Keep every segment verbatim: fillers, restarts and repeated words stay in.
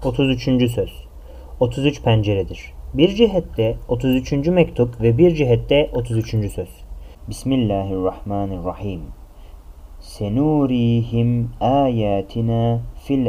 otuz üçüncü söz. otuz üç penceredir. Bir cihette otuz üçüncü mektup ve bir cihette otuz üçüncü söz. Bismillahirrahmanirrahim. Senurihim ayatina fil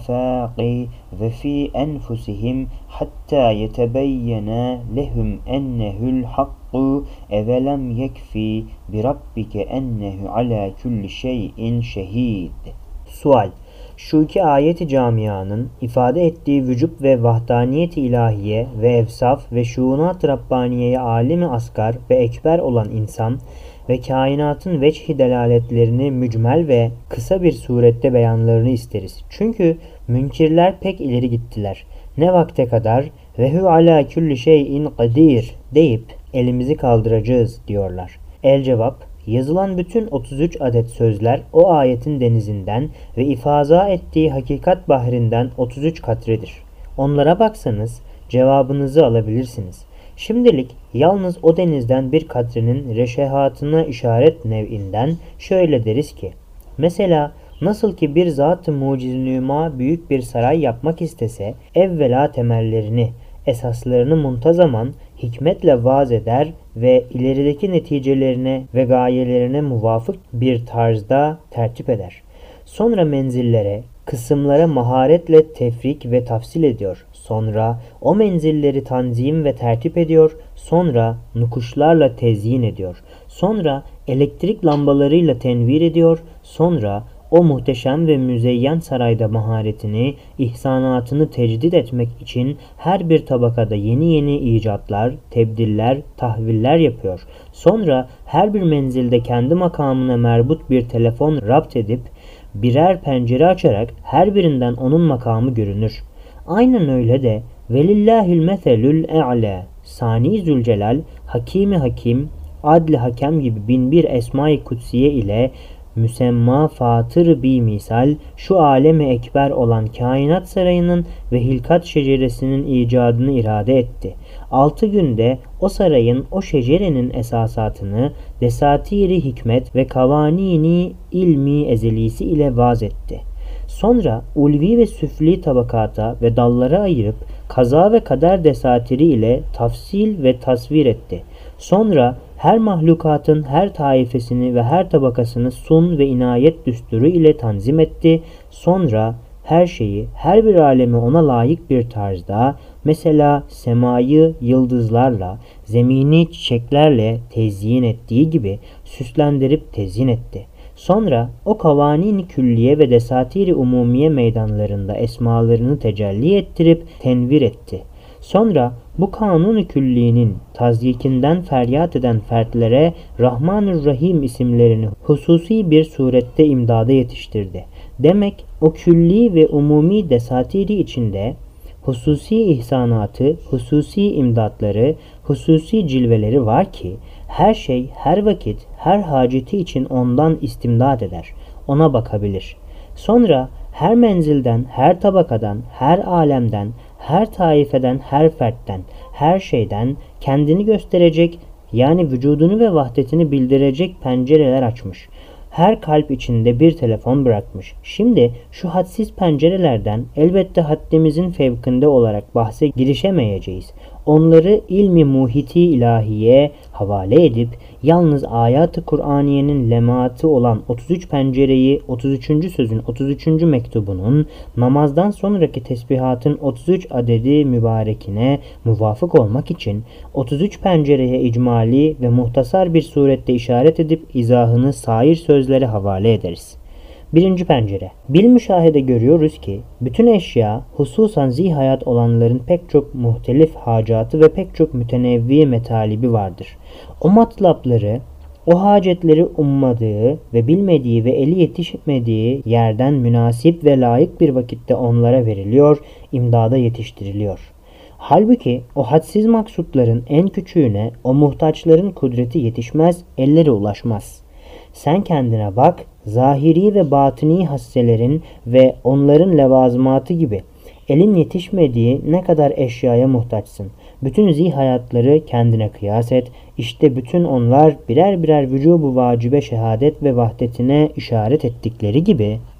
afaqi ve fi enfusihim hatta yetebeyyene lehum ennehu'l hakku evelem yekfi bi rabbike ennehu ala kulli şeyin şehid. Sual: Şu iki ayeti camianın ifade ettiği vücut ve vahdaniyet-i ilahiye ve evsaf ve şuunat-ı Rabbaniye'ye alemi asgar ve ekber olan insan ve kainatın veçh-i delaletlerini mücmel ve kısa bir surette beyanlarını isteriz. Çünkü münkirler pek ileri gittiler. Ne vakte kadar ve hu ala kulli şeyin kadir deyip elimizi kaldıracağız diyorlar. El cevap: Yazılan bütün otuz üç adet sözler o ayetin denizinden ve ifaza ettiği hakikat bahrinden otuz üç katredir. Onlara baksanız cevabınızı alabilirsiniz. Şimdilik yalnız o denizden bir katrenin reşehatına işaret nev'inden şöyle deriz ki: Mesela nasıl ki bir zat-ı muciz-nüma büyük bir saray yapmak istese, evvela temellerini, esaslarını muntazaman hikmetle vaaz eder ve ilerideki neticelerine ve gayelerine muvafık bir tarzda tertip eder. Sonra menzillere, kısımlara maharetle tefrik ve tafsil ediyor. Sonra o menzilleri tanzim ve tertip ediyor. Sonra nukuşlarla tezyin ediyor. Sonra elektrik lambalarıyla tenvir ediyor. Sonra o muhteşem ve müzeyyen sarayda maharetini, ihsanatını tecdid etmek için her bir tabakada yeni yeni icatlar, tebdiller, tahviller yapıyor. Sonra her bir menzilde kendi makamına merbut bir telefon rapt edip birer pencere açarak her birinden onun makamı görünür. Aynen öyle de velillahil meselül e'la, Sani Zülcelal, Hakimi Hakim, Adli Hakem gibi bin bir esma-i kutsiye ile müsemma fatır bir misal şu alemi ekber olan kainat sarayının ve hilkat şeceresinin icadını irade etti. Altı günde o sarayın, o şecerenin esasatını desatiri hikmet ve kavanini ilmi ezelisi ile vaz etti. Sonra ulvi ve süfli tabakata ve dallara ayırıp kaza ve kader desatiri ile tafsil ve tasvir etti. Sonra her mahlukatın her taifesini ve her tabakasını sun ve inayet düsturu ile tanzim etti. Sonra her şeyi, her bir alemi ona layık bir tarzda, mesela semayı yıldızlarla, zemini çiçeklerle tezyin ettiği gibi süslendirip tezyin etti. Sonra o kavanin-i külliye ve desatiri umumiye meydanlarında esmalarını tecelli ettirip tenvir etti. Sonra bu kanun-u külliğinin tazyikinden feryat eden fertlere Rahmanur-Rahim isimlerini hususi bir surette imdada yetiştirdi. Demek o külli ve umumi desatiri içinde hususi ihsanatı, hususi imdatları, hususi cilveleri var ki her şey, her vakit, her haceti için ondan istimdad eder, ona bakabilir. Sonra her menzilden, her tabakadan, her alemden, her taifeden, her fertten, her şeyden kendini gösterecek, yani vücudunu ve vahdetini bildirecek pencereler açmış. Her kalp içinde bir telefon bırakmış. Şimdi şu hadsiz pencerelerden elbette haddimizin fevkinde olarak bahse girişemeyeceğiz. Onları ilmi muhiti ilahiye havale edip yalnız ayat-ı Kur'aniyenin lemaatı olan otuz üç pencereyi otuz üçüncü sözün otuz üçüncü mektubunun namazdan sonraki tesbihatın otuz üç adedi mübarekine muvafık olmak için otuz üç pencereye icmali ve muhtasar bir surette işaret edip izahını sair sözlere havale ederiz. Birinci pencere. Bilmüşahede görüyoruz ki bütün eşya, hususan zihayat olanların pek çok muhtelif hacatı ve pek çok mütenevvi metalibi vardır. O matlapları, o hacetleri ummadığı ve bilmediği ve eli yetişmediği yerden münasip ve layık bir vakitte onlara veriliyor, imdada yetiştiriliyor. Halbuki o hadsiz maksutların en küçüğüne o muhtaçların kudreti yetişmez, elleri ulaşmaz. Sen kendine bak, zahiri ve batini hasselerin ve onların levazımatı gibi elin yetişmediği ne kadar eşyaya muhtaçsın. Bütün zihayatları kendine kıyas et. İşte bütün onlar birer birer vücubu vacibe şehadet ve vahdetine işaret ettikleri gibi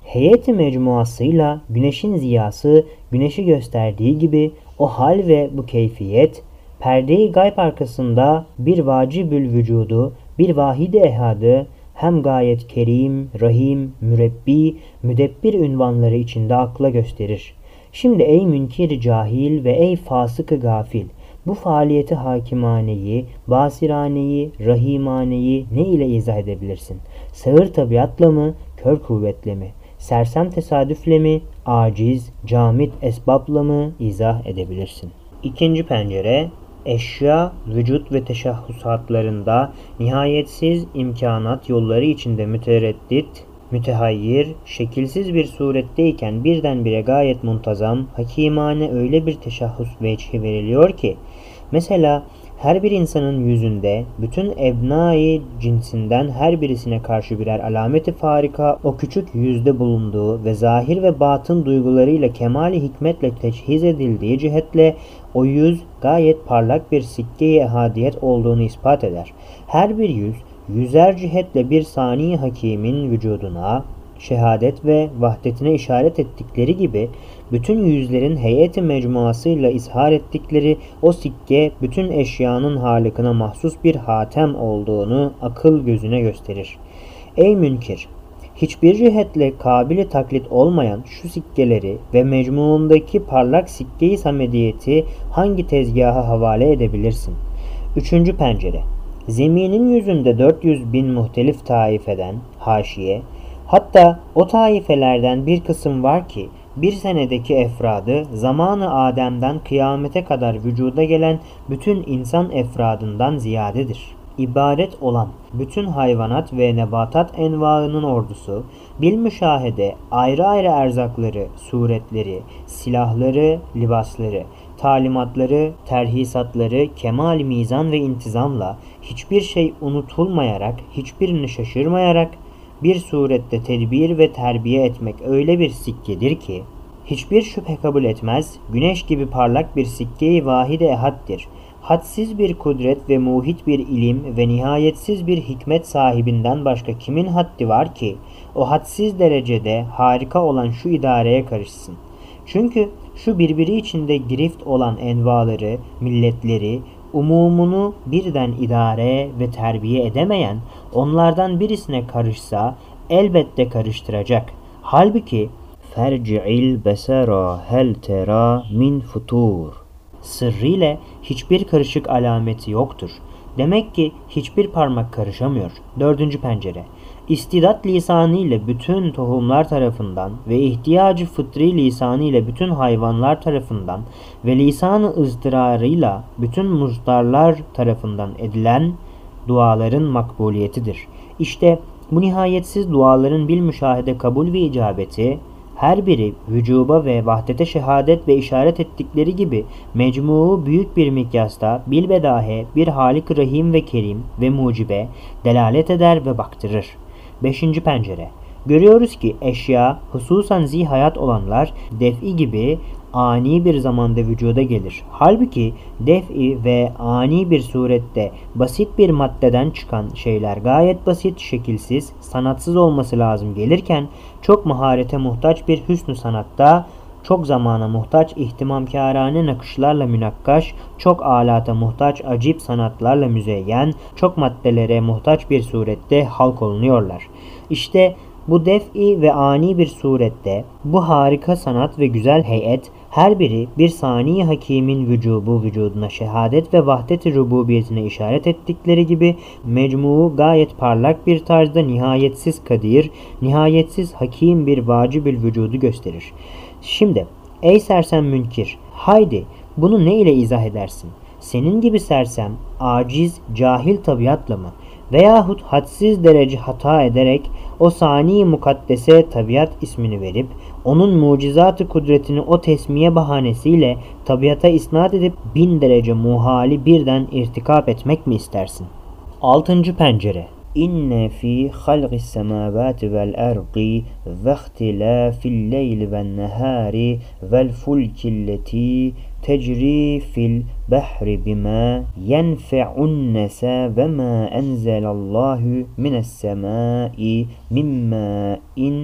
Heyeti mecmuasıyla güneşin ziyası güneşi gösterdiği gibi o hal ve bu keyfiyet perde-i gayb arkasında bir vacibül vücudu, bir vahid-i ehadı hem gayet kerim, rahim, mürebbi, müdebbir ünvanları içinde akla gösterir. Şimdi ey münkir cahil ve ey fasık gafil, bu faaliyeti hakimaneyi, basiraneyi, rahimaneyi ne ile izah edebilirsin? Sağır tabiatla mı, kör kuvvetle mi? Sersem tesadüfle mi, aciz, camit esbabla mı izah edebilirsin? İkinci pencere, eşya, vücut ve teşahhusatlarında nihayetsiz imkanat yolları içinde mütereddit, mütehayyir, şekilsiz bir suretteyken birdenbire gayet muntazam, hakimane öyle bir teşahhus veçhi veriliyor ki, mesela her bir insanın yüzünde bütün ebnai cinsinden her birisine karşı birer alameti farika o küçük yüzde bulunduğu ve zahir ve batın duygularıyla kemali hikmetle teçhiz edildiği cihetle o yüz gayet parlak bir sikke-i ehadiyet olduğunu ispat eder. Her bir yüz, yüzer cihetle bir sani hakimin vücuduna, şehadet ve vahdetine işaret ettikleri gibi bütün yüzlerin heyeti mecmuasıyla izhar ettikleri o sikke bütün eşyanın halikine mahsus bir hatem olduğunu akıl gözüne gösterir. Ey münkir! Hiçbir cihetle kabili taklit olmayan şu sikkeleri ve mecmuundaki parlak sikke-i samediyeti hangi tezgaha havale edebilirsin? Üçüncü pencere. Zeminin yüzünde dört yüz bin muhtelif taifeden haşiye, hatta o taifelerden bir kısım var ki bir senedeki efradı zamanı Adem'den kıyamete kadar vücuda gelen bütün insan efradından ziyadedir. İbaret olan bütün hayvanat ve nebatat envaının ordusu, bilmüşahede ayrı ayrı erzakları, suretleri, silahları, libasları, talimatları, terhisatları kemal mizan ve intizamla hiçbir şey unutulmayarak, hiçbirini şaşırmayarak bir surette tedbir ve terbiye etmek öyle bir sikkedir ki, hiçbir şüphe kabul etmez, güneş gibi parlak bir sikke-i vahid-i ehaddir. Hadsiz bir kudret ve muhit bir ilim ve nihayetsiz bir hikmet sahibinden başka kimin haddi var ki, o hadsiz derecede harika olan şu idareye karışsın. Çünkü şu birbiri içinde girift olan envaları, milletleri, umumunu birden idare ve terbiye edemeyen onlardan birisine karışsa elbette karıştıracak. Halbuki ferci'il besera hel tera min futur sırrıyla hiçbir karışık alameti yoktur. Demek ki hiçbir parmak karışamıyor. Dördüncü pencere. İstidat lisanı ile bütün tohumlar tarafından ve ihtiyacı fıtri lisanı ile bütün hayvanlar tarafından ve lisan-ı ızdırarıyla bütün muzdarlar tarafından edilen duaların makbuliyetidir. İşte bu nihayetsiz duaların bilmüşahede kabul ve icabeti, her biri vücuba ve vahdete şehadet ve işaret ettikleri gibi mecmuu büyük bir mikyasta bilbedahe bir Halik Rahim ve Kerim ve mucibe delalet eder ve baktırır. Beşinci pencere. Görüyoruz ki eşya, hususan zihayat olanlar def'i gibi ani bir zamanda vücuda gelir. Halbuki def'i ve ani bir surette basit bir maddeden çıkan şeyler gayet basit, şekilsiz, sanatsız olması lazım gelirken çok maharete muhtaç bir hüsnü sanatta, çok zamana muhtaç ihtimamkârâne nakışlarla münakkaş, çok alata muhtaç acip sanatlarla müzeyyen, çok maddelere muhtaç bir surette halk olunuyorlar. İşte bu def'i ve ani bir surette bu harika sanat ve güzel heyet her biri bir sani hakimin vücubu vücuduna şehadet ve vahdet-i rububiyetine işaret ettikleri gibi mecmuu gayet parlak bir tarzda nihayetsiz kadir, nihayetsiz hakim bir vacibül vücudu gösterir. Şimdi ey sersem münkir, haydi bunu ne ile izah edersin? Senin gibi sersem, aciz, cahil tabiatla mı? Veyahut hadsiz derece hata ederek o sani mukaddese tabiat ismini verip onun mucizat-ı kudretini o tesmiye bahanesiyle tabiata isnat edip bin derece muhali birden irtikap etmek mi istersin? Altıncı pencere. İnne fi halqis semavati vel ardi ve ihtilafil leyli ven nehari vel fulkilleti tecri fil bahri bima yenfe'un nese ve ma enzelallahu mines semai mimma in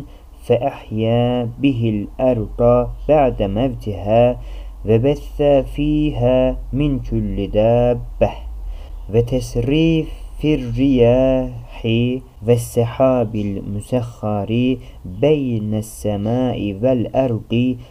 فأحيا به الأرض بعد موتها وبث فيها من كل دابة وتصريف الرياح والسحاب المسخر بين السماء والأرض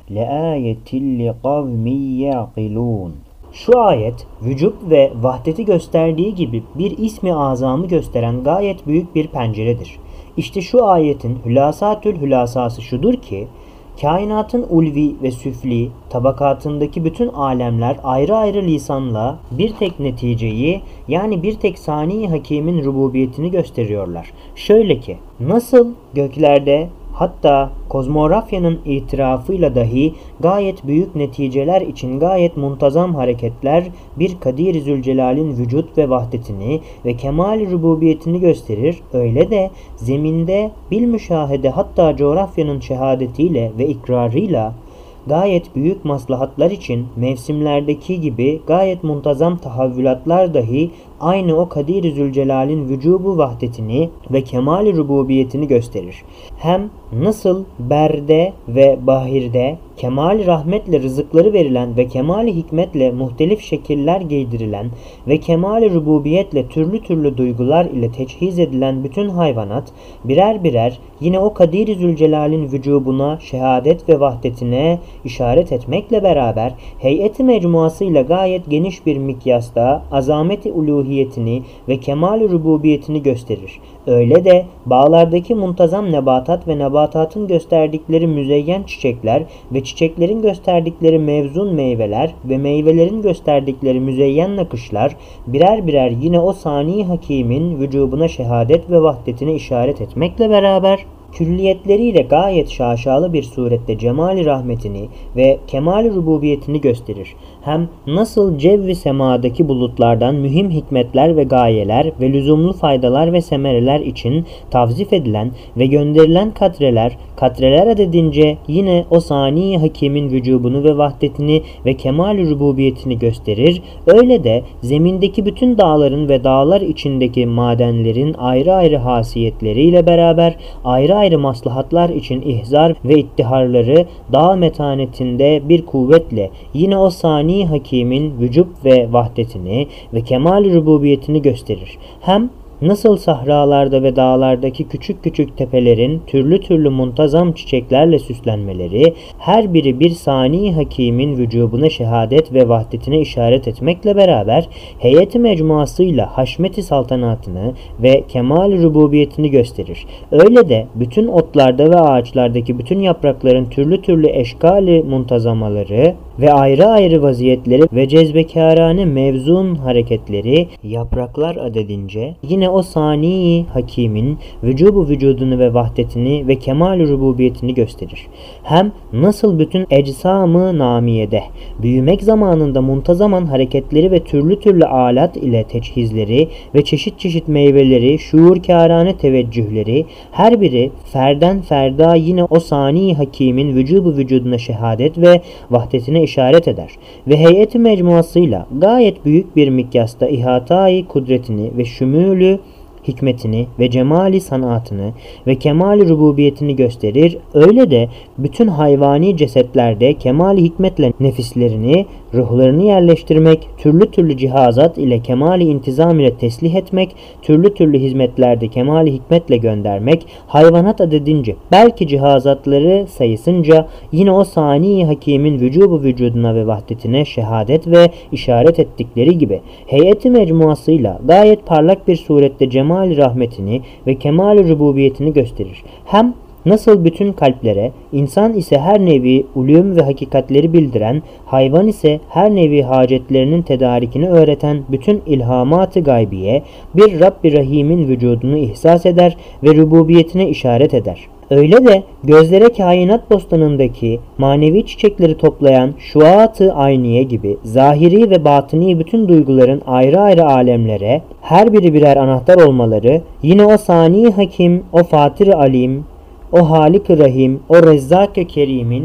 لآية لقوم يعقلون. Şu ayet, vücut ve vahdeti gösterdiği gibi bir ismi azamı gösteren gayet büyük bir penceredir. İşte şu ayetin hülasatül hülasası şudur ki, kainatın ulvi ve süfli tabakatındaki bütün alemler ayrı ayrı lisanla bir tek neticeyi, yani bir tek sani hakimin rububiyetini gösteriyorlar. Şöyle ki, nasıl göklerde, hatta kozmografyanın itirafıyla dahi gayet büyük neticeler için gayet muntazam hareketler bir Kadir-i Zülcelal'in vücut ve vahdetini ve kemal-i rububiyetini gösterir, öyle de zeminde bilmüşahede hatta coğrafyanın şehadetiyle ve ikrarıyla gayet büyük maslahatlar için mevsimlerdeki gibi gayet muntazam tahavvülatlar dahi aynı o Kadir-i Zülcelal'in vücubu vahdetini ve kemal-i rububiyetini gösterir. Hem nasıl berde ve bahirde kemal-i rahmetle rızıkları verilen ve kemal-i hikmetle muhtelif şekiller giydirilen ve kemal-i rububiyetle türlü türlü duygular ile teçhiz edilen bütün hayvanat birer birer yine o Kadir-i Zülcelal'in vücubuna, şehadet ve vahdetine işaret etmekle beraber heyeti mecmuasıyla gayet geniş bir mikyasta azameti uluhiyetini ve kemal-i rububiyetini gösterir. Öyle de bağlardaki muntazam nebatat ve nebatatın gösterdikleri müzeyyen çiçekler ve çiçeklerin gösterdikleri mevzun meyveler ve meyvelerin gösterdikleri müzeyyen nakışlar birer birer yine o sani hakimin vücubuna şehadet ve vahdetine işaret etmekle beraber külliyetleriyle gayet şaşalı bir surette cemali rahmetini ve kemal-i rububiyetini gösterir. Hem nasıl cevvi semadaki bulutlardan mühim hikmetler ve gayeler ve lüzumlu faydalar ve semereler için tavzif edilen ve gönderilen katreler, katreler adedince yine o sani hakimin vücubunu ve vahdetini ve kemal-i rububiyetini gösterir, öyle de zemindeki bütün dağların ve dağlar içindeki madenlerin ayrı ayrı hasiyetleriyle beraber ayrı ayrı maslahatlar için ihzar ve ittiharları dağ metanetinde bir kuvvetle yine o sani hakimin vücub ve vahdetini ve kemal-i rububiyetini gösterir. Hem nasıl sahralarda ve dağlardaki küçük küçük tepelerin türlü türlü muntazam çiçeklerle süslenmeleri her biri bir sani hakimin vücubuna şehadet ve vahdetine işaret etmekle beraber heyeti mecmuasıyla haşmeti saltanatını ve kemal-i rububiyetini gösterir. Öyle de bütün otlarda ve ağaçlardaki bütün yaprakların türlü türlü eşkali muntazamaları ve ayrı ayrı vaziyetleri ve cezbekârane mevzun hareketleri yapraklar adedince yine o sani hakimin vücubu vücudunu ve vahdetini ve kemal-i rububiyetini gösterir. Hem nasıl bütün eczam-ı namiyede büyümek zamanında muntazaman hareketleri ve türlü türlü alat ile teçhizleri ve çeşit çeşit meyveleri, şuurkârane teveccühleri her biri ferden ferda yine o sani hakimin vücubu vücuduna şehadet ve vahdetine işaret eder ve heyeti mecmuasıyla gayet büyük bir mikyasta ihatayı kudretini ve şümülü hikmetini ve cemali sanatını ve kemali rububiyetini gösterir. Öyle de bütün hayvani cesetlerde kemali hikmetle nefislerini, ruhlarını yerleştirmek, türlü türlü cihazat ile kemali intizam ile teslih etmek, türlü türlü hizmetlerde kemali hikmetle göndermek, hayvanat adedince belki cihazatları sayısınca yine o sani hakimin vücubu vücuduna ve vahdetine şehadet ve işaret ettikleri gibi heyeti mecmuasıyla gayet parlak bir surette cemal rahmetini ve kemal-i rububiyetini gösterir. Hem nasıl bütün kalplere, insan ise her nevi ulûm ve hakikatleri bildiren, hayvan ise her nevi hacetlerinin tedarikini öğreten bütün ilhamat-ı gaybiye bir Rabb-i Rahim'in vücudunu ihsas eder ve rububiyetine işaret eder. Öyle de gözlere kainat bostanındaki manevi çiçekleri toplayan şuat-ı ayniye gibi zahiri ve batini bütün duyguların ayrı ayrı alemlere her biri birer anahtar olmaları yine o sani hakim, o fatir-i alim, o halik-i rahim, o rezzak-ı kerim'in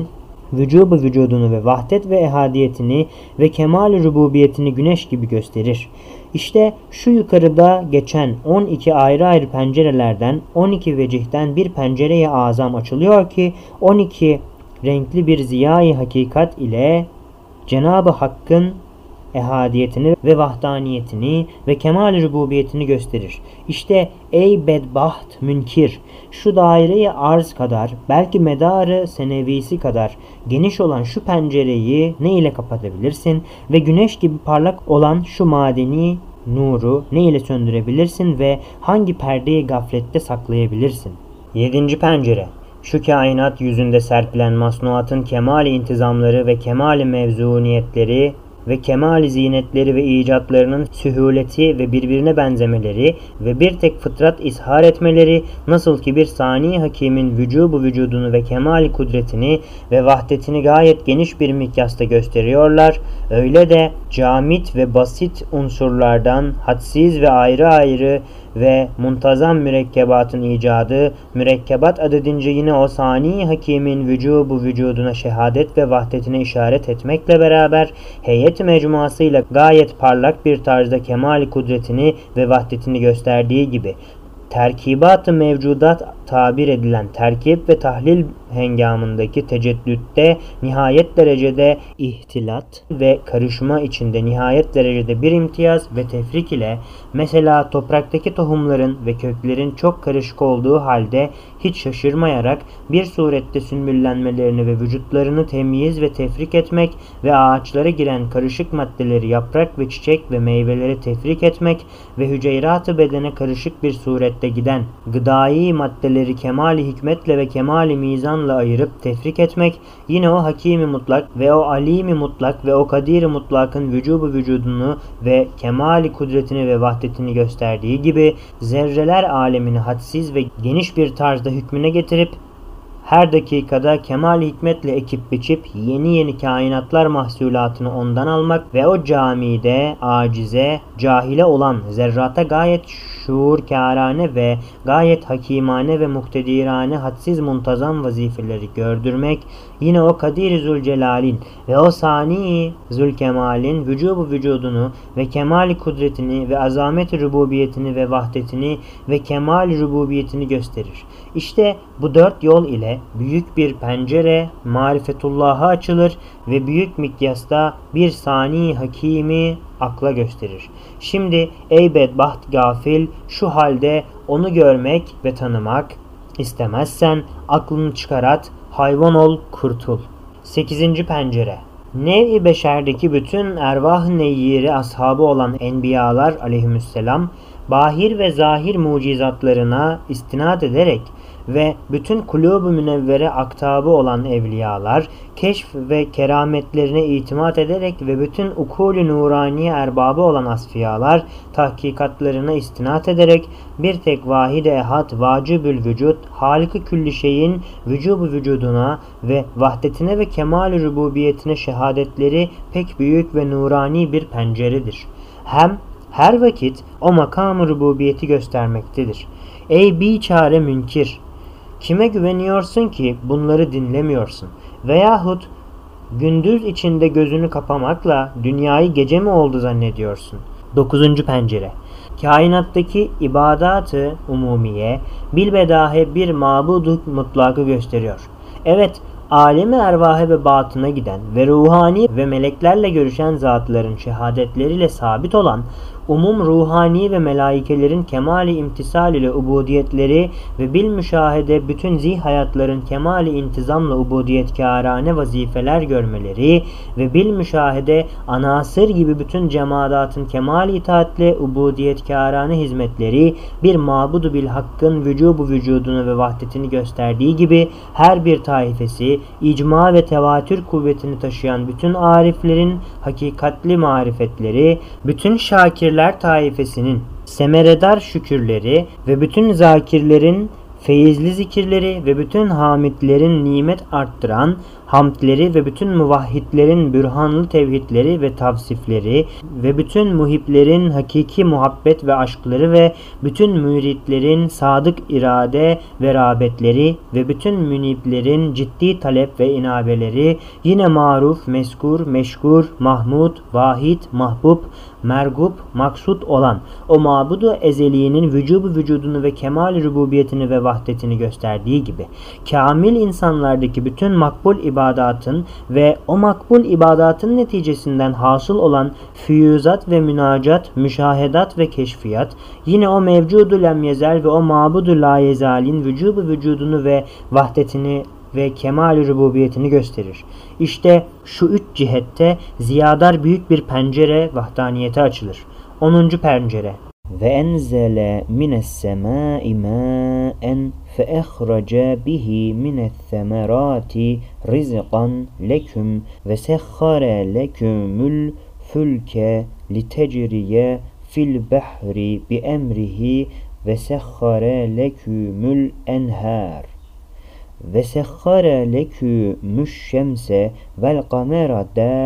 vücubu vücudunu ve vahdet ve ehadiyetini ve kemal-i rububiyetini güneş gibi gösterir. İşte şu yukarıda geçen on iki ayrı ayrı pencerelerden on iki vecihten bir pencereye azam açılıyor ki on iki renkli bir ziya-i hakikat ile Cenab-ı Hakk'ın ehadiyetini ve vahdaniyetini ve kemal-i rububiyetini gösterir. İşte ey bedbaht münkir, şu daire-i arz kadar, belki medarı senevisi kadar geniş olan şu pencereyi ne ile kapatabilirsin ve güneş gibi parlak olan şu madeni nuru ne ile söndürebilirsin ve hangi perdeyi gaflette saklayabilirsin? Yedinci pencere. Şu kainat yüzünde serpilen masnuatın kemal-i intizamları ve kemal-i mevzuniyetleri ve kemal-i zinetleri ve icatlarının sühuleti ve birbirine benzemeleri ve bir tek fıtrat ishar etmeleri, nasıl ki bir sani hakimin vücubu vücudunu ve kemal-i kudretini ve vahdetini gayet geniş bir mikyasta gösteriyorlar, öyle de camit ve basit unsurlardan hadsiz ve ayrı ayrı ve muntazam mürekkebatın icadı, mürekkebat adedince yine o sani hakimin vücubu vücuduna şehadet ve vahdetine işaret etmekle beraber heyet mecmuasıyla gayet parlak bir tarzda kemal-i kudretini ve vahdetini gösterdiği gibi terkibat-ı mevcudat tabir edilen terkip ve tahlil hengamındaki teceddütte nihayet derecede ihtilat ve karışma içinde nihayet derecede bir imtiyaz ve tefrik ile, mesela topraktaki tohumların ve köklerin çok karışık olduğu halde hiç şaşırmayarak bir surette sünbüllenmelerini ve vücutlarını temyiz ve tefrik etmek ve ağaçlara giren karışık maddeleri yaprak ve çiçek ve meyveleri tefrik etmek ve hüceyrat-ı bedene karışık bir surette giden gıdai maddeleri kemali hikmetle ve kemali mizanla ayırıp tefrik etmek, yine o hakimi mutlak ve o alimi mutlak ve o kadir mutlakın vücubu vücudunu ve kemali kudretini ve vahdetini gösterdiği gibi zerreler alemini hadsiz ve geniş bir tarzda hükmüne getirip her dakikada kemal hikmetle ekip biçip yeni yeni kainatlar mahsulatını ondan almak ve o camide acize, cahile olan zerrata gayet şuurkârane ve gayet hakimane ve muktedirane hadsiz muntazam vazifeleri gördürmek, yine o Kadir-i Zülcelal'in ve o Sani Zülkemal'in vücubu vücudunu ve kemal kudretini ve azamet-i rububiyetini ve vahdetini ve kemal rububiyetini gösterir. İşte bu dört yol ile büyük bir pencere marifetullah'a açılır ve büyük mikyasta bir sani hakimi akla gösterir. Şimdi ey bedbaht gafil, şu halde onu görmek ve tanımak istemezsen aklını çıkarat, hayvan ol, kurtul. Sekizinci pencere. Nev-i beşerdeki bütün ervah-ı neyyiri ashabı olan enbiyalar aleyhisselam bahir ve zahir mucizatlarına istinad ederek ve bütün kulûb-u münevvere aktabı olan evliyalar keşf ve kerametlerine itimat ederek ve bütün ukûl-ü nuraniye erbabı olan asfiyalar tahkikatlarına istinat ederek bir tek vahid-i ehad vacibül vücud Halik-i külli şeyin vücubu vücuduna ve vahdetine ve kemal-i rububiyetine şehadetleri pek büyük ve nurani bir penceredir. Hem her vakit o makam-ı rububiyeti göstermektedir. Ey biçare münkir! Kime güveniyorsun ki bunları dinlemiyorsun? Veyahut gündüz içinde gözünü kapamakla dünyayı gece mi oldu zannediyorsun? Dokuzuncu pencere. Kainattaki ibadat-ı umumiye bilbedahe bir mabud-u mutlakı gösteriyor. Evet, alemi ervahe ve batına giden ve ruhani ve meleklerle görüşen zatların şehadetleriyle sabit olan umum ruhani ve melaikelerin kemali imtisal ile ubudiyetleri ve bil müşahede bütün zih hayatların kemali intizamla ubudiyetkârane vazifeler görmeleri ve bil müşahede anasır gibi bütün cemaatın kemali itaatle ubudiyetkârane hizmetleri bir mabudu bil hakkın vücubu vücudunu ve vahdetini gösterdiği gibi her bir taifesi icma ve tevatür kuvvetini taşıyan bütün ariflerin hakikatli marifetleri, bütün şakirler taifesinin semeredar şükürleri ve bütün zakirlerin feyizli zikirleri ve bütün hamidlerin nimet arttıran hamdleri ve bütün muvahhidlerin bürhanlı tevhidleri ve tavsifleri ve bütün muhiplerin hakiki muhabbet ve aşkları ve bütün müritlerin sadık irade ve rağbetleri ve bütün müniplerin ciddi talep ve inabeleri, yine maruf, meskur, meşkur, mahmud, vahid, mahbub, mergub, maksut olan o mabudu ezeliğinin vücubu vücudunu ve kemal rububiyetini ve vahdetini gösterdiği gibi kamil insanlardaki bütün makbul ibadatın ve o makbul ibadatın neticesinden hasıl olan füyüzat ve münacat, müşahedat ve keşfiyat, yine o mevcudu lemyezel ve o mabudu layezalin vücubu vücudunu ve vahdetini ve kemal-i rububiyetini gösterir. İşte şu üç cihette ziyadar büyük bir pencere vahdaniyete açılır. onuncu pencere. Ve enzele mines semâi mâen fe ehrace bihi mines semerâti rizqan leküm ve sehhare lekümül fülke litecriye fil behri bi emrihi ve sehhare lekümül enhâr. Ve sehhare lekümüş şemse vel kamera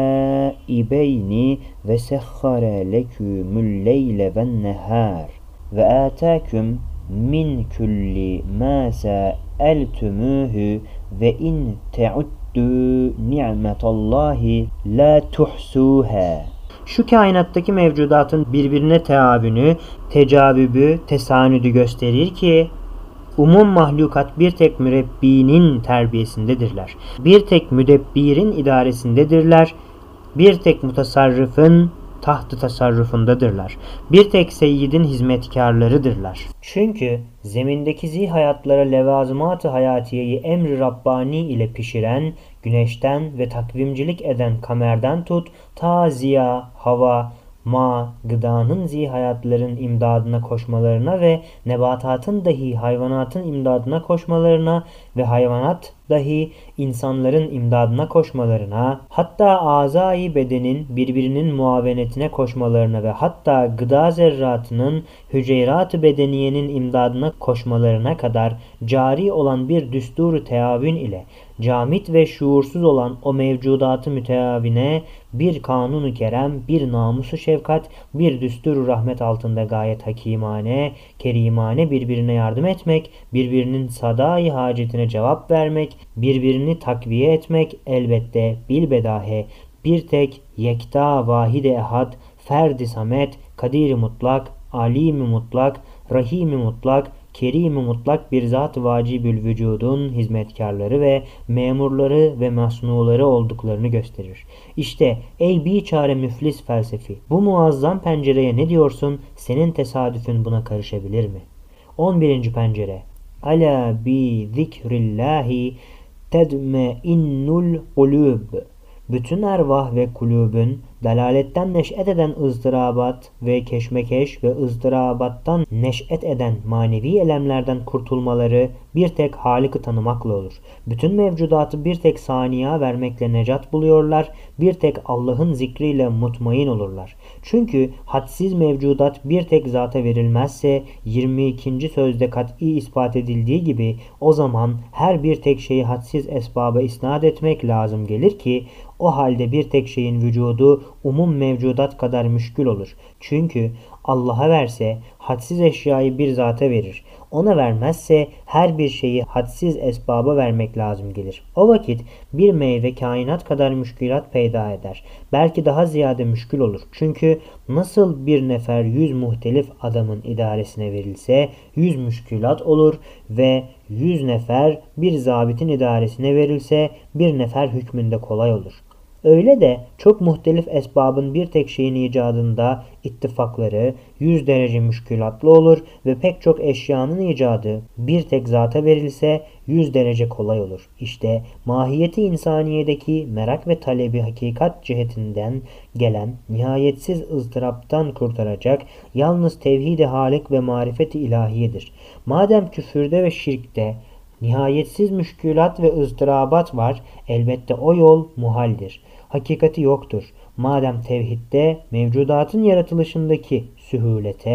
daibeyni ve sehhare lekümül leyle ven nehar ve atâküm min külli mâ sâeltümûhü ve in te'uddu ni'metallahi la tuhsûhâ. Şu kainattaki mevcudatın birbirine teavünü, tecavübü, tesanüdü gösterir ki umum mahlukat bir tek mürebbinin terbiyesindedirler. Bir tek müdebbirin idaresindedirler. Bir tek mutasarrıfın taht-ı tasarrufundadırlar. Bir tek seyyidin hizmetkarlarıdırlar. Çünkü zemindeki zihayatlara levazımat-ı hayatiyeyi emri Rabbani ile pişiren, güneşten ve takvimcilik eden kamerden tut, ta ziya, hava, ma, gıdanın zihayatların imdadına koşmalarına ve nebatatın dahi hayvanatın imdadına koşmalarına ve hayvanat dahi insanların imdadına koşmalarına, hatta azai bedenin birbirinin muavenetine koşmalarına ve hatta gıda zerratının hüceyrat-ı bedeniyenin imdadına koşmalarına kadar cari olan bir düsturu teavün ile camit ve şuursuz olan o mevcudatı müteavine bir kanunu kerem, bir namusu şefkat, bir düsturu rahmet altında gayet hakimane, kerimane birbirine yardım etmek, birbirinin sadai hacetine cevap vermek, birbirini takviye etmek elbette bilbedahe bir tek yekta vahide ehad, ferdi samet, kadiri mutlak, alimi mutlak, rahimi mutlak, Kerim-i mutlak bir zat-ı vacibül vücudun hizmetkarları ve memurları ve masnuları olduklarını gösterir. İşte ey biçare müflis felsefi, bu muazzam pencereye ne diyorsun? Senin tesadüfün buna karışabilir mi? on birinci pencere. Ala bi zikrillahi tedmeinnul kulub. Bütün ervah ve kulübün delaletten neş'et eden ızdırabat ve keşmekeş ve ızdırabattan neş'et eden manevi elemlerden kurtulmaları bir tek Halık'ı tanımakla olur. Bütün mevcudatı bir tek saniye vermekle necat buluyorlar, bir tek Allah'ın zikriyle mutmain olurlar. Çünkü hadsiz mevcudat bir tek zata verilmezse yirmi ikinci sözde kat'i ispat edildiği gibi o zaman her bir tek şeyi hadsiz esbaba isnat etmek lazım gelir ki o halde bir tek şeyin vücudu umum mevcudat kadar müşkül olur. Çünkü Allah'a verse hadsiz eşyayı bir zata verir. Ona vermezse her bir şeyi hadsiz esbaba vermek lazım gelir. O vakit bir meyve kainat kadar müşkülat peyda eder. Belki daha ziyade müşkül olur. Çünkü nasıl bir nefer yüz muhtelif adamın idaresine verilse yüz müşkülat olur ve yüz nefer bir zabitin idaresine verilse bir nefer hükmünde kolay olur. Öyle de çok muhtelif esbabın bir tek şeyin icadında ittifakları yüz derece müşkülatlı olur ve pek çok eşyanın icadı bir tek zata verilse yüz derece kolay olur. İşte mahiyeti insaniyedeki merak ve talebi hakikat cihetinden gelen nihayetsiz ızdıraptan kurtaracak yalnız tevhid-i halik ve marifet-i ilahiyedir. Madem küfürde ve şirkte nihayetsiz müşkülat ve ızdırabat var, elbette o yol muhaldir. Hakikati yoktur. Madem tevhidde mevcudatın yaratılışındaki sühulete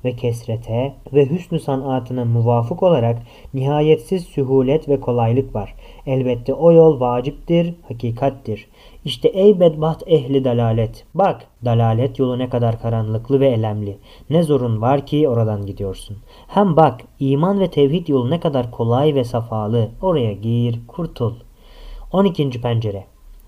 ve kesrete ve hüsnü sanatına muvafık olarak nihayetsiz sühulet ve kolaylık var. Elbette o yol vaciptir, hakikattir. İşte ey bedbaht ehli dalalet, bak dalalet yolu ne kadar karanlıklı ve elemli. Ne zorun var ki oradan gidiyorsun. Hem bak iman ve tevhid yolu ne kadar kolay ve safalı. Oraya gir, kurtul. on ikinci pencere.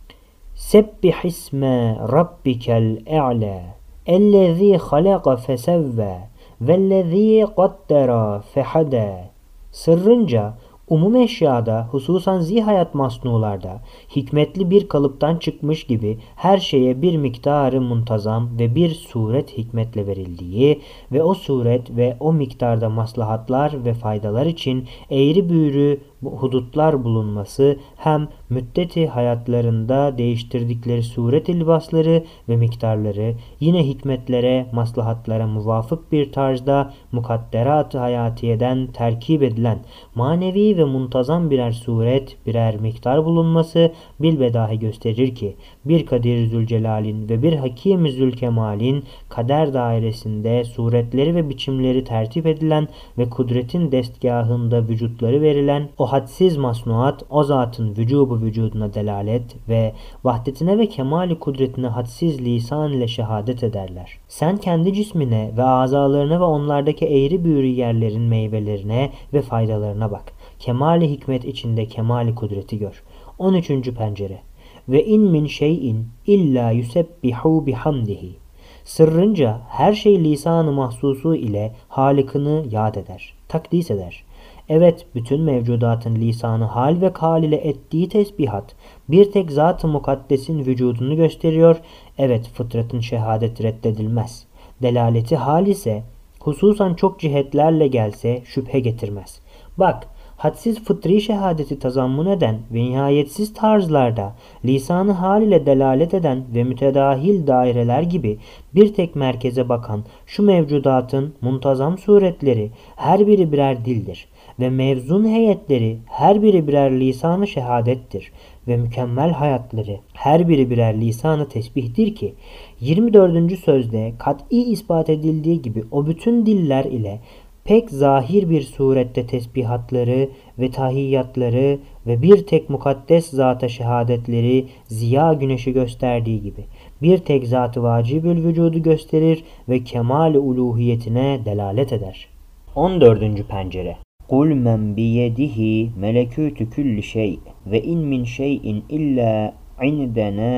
Sebbih isme rabbikel e'la ellezî halaka fesevve vellezî qaddara fehada. Sırrınca umum eşyada, hususan zihayat masnularda, hikmetli bir kalıptan çıkmış gibi her şeye bir miktarı muntazam ve bir suret hikmetle verildiği ve o suret ve o miktarda maslahatlar ve faydalar için eğri büğrü hudutlar bulunması hem müddeti hayatlarında değiştirdikleri suret libasları ve miktarları yine hikmetlere, maslahatlara muvafık bir tarzda mukadderat-ı hayatiyeden terkip edilen manevi ve muntazam birer suret, birer miktar bulunması bilbedahi gösterir ki bir Kadir Zülcelal'in ve bir Hakim Zülkemal'in kader dairesinde suretleri ve biçimleri tertip edilen ve kudretin destgahında vücutları verilen o hadsiz masnuat o zatın vücubu vücuduna delalet ve vahdetine ve kemali kudretine hadsiz lisan ile şehadet ederler. Sen kendi cismine ve azalarına ve onlardaki eğri büğrü yerlerin meyvelerine ve faydalarına bak. Kemali hikmet içinde kemali kudreti gör. on üçüncü pencere. Ve in min şeyin illa yusebbihu bihamdihi. Sırrınca her şey lisan-ı mahsusu ile Halık'ını yad eder, takdis eder. Evet, bütün mevcudatın lisanı hal ve kal ile ettiği tesbihat bir tek zat-ı mukaddesin vücudunu gösteriyor. Evet, fıtratın şehadet reddedilmez. Delaleti hal ise hususan çok cihetlerle gelse şüphe getirmez. Bak, hadsiz fıtri şehadeti tazammun eden ve nihayetsiz tarzlarda lisanı hal ile delalet eden ve mütedahil daireler gibi bir tek merkeze bakan şu mevcudatın muntazam suretleri her biri birer dildir ve mevzun heyetleri her biri birer lisan-ı şehadettir ve mükemmel hayatları her biri birer lisan-ı tesbihtir ki yirmi dördüncü sözde kat'i ispat edildiği gibi o bütün diller ile pek zahir bir surette tesbihatları ve tahiyyatları ve bir tek mukaddes zata şehadetleri ziya güneşi gösterdiği gibi bir tek zat-ı vacibül vücudu gösterir ve kemal-i uluhiyetine delalet eder. on dördüncü pencere. قُلْ مَنْ بِيَدِهِ مَلَكُوتُ كُلِّ شَيْءٍ وَاِنْ مِنْ شَيْءٍ إِلَّا عِنْدَنَا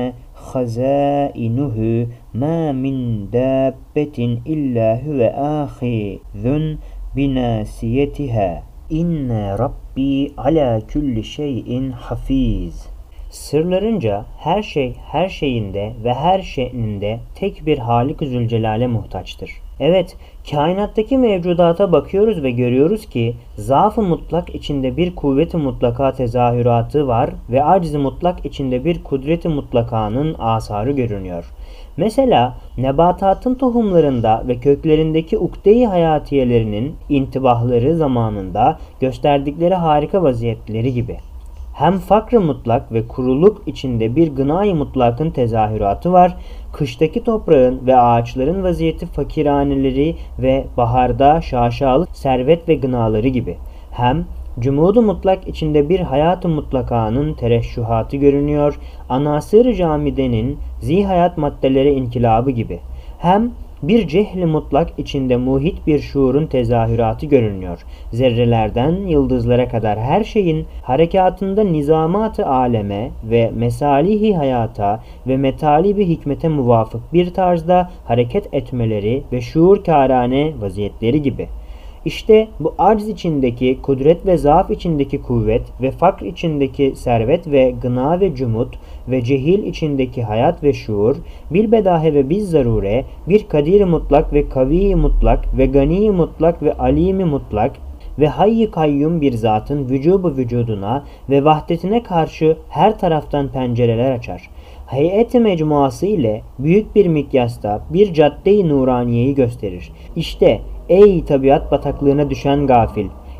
خَزَائِنُهُ مَا مِنْ دَابَّةٍ إِلَّا هُوَ آخِذٌ بِنَاسِيَتِهَا اِنَّ رَبِّي عَلَى كُلِّ شَيْءٍ حَفِيظٌ. Sırlarınca her şey her şeyinde ve her şe'ninde tek bir Halik-i Zülcelal'e muhtaçtır. Evet, kainattaki mevcudata bakıyoruz ve görüyoruz ki zaaf-ı mutlak içinde bir kuvvet-i mutlaka tezahüratı var ve aciz-i mutlak içinde bir kudret-i mutlakanın asarı görünüyor. Mesela nebatatın tohumlarında ve köklerindeki ukde-i hayatiyelerinin intibahları zamanında gösterdikleri harika vaziyetleri gibi. Hem fakr-ı mutlak ve kuruluk içinde bir gınay-ı mutlakın tezahüratı var, kıştaki toprağın ve ağaçların vaziyeti fakiraneleri ve baharda şaşalı servet ve gınaları gibi. Hem cumudu mutlak içinde bir hayat-ı mutlakanın tereşşuhatı görünüyor, anasır-ı camidenin zihayat maddeleri inkılabı gibi. Hem bir cehli mutlak içinde muhit bir şuurun tezahüratı görünüyor. Zerrelerden yıldızlara kadar her şeyin harekatında nizamat-ı aleme ve mesalihi hayata ve metalibi hikmete muvafık bir tarzda hareket etmeleri ve şuur-kârane vaziyetleri gibi. İşte bu acz içindeki kudret ve zaaf içindeki kuvvet ve fakr içindeki servet ve gına ve cumut ve cehil içindeki hayat ve şuur bilbedahe ve biz zarure bir kadir mutlak ve kavi mutlak ve gani mutlak ve alim mutlak ve hayy kayyum bir zatın vücubu vücuduna ve vahdetine karşı her taraftan pencereler açar. Heyet-i mecmuası ile büyük bir mikyasta bir cadde-i nuraniyeyi gösterir. İşte ey tabiat bataklığına düşen gafil,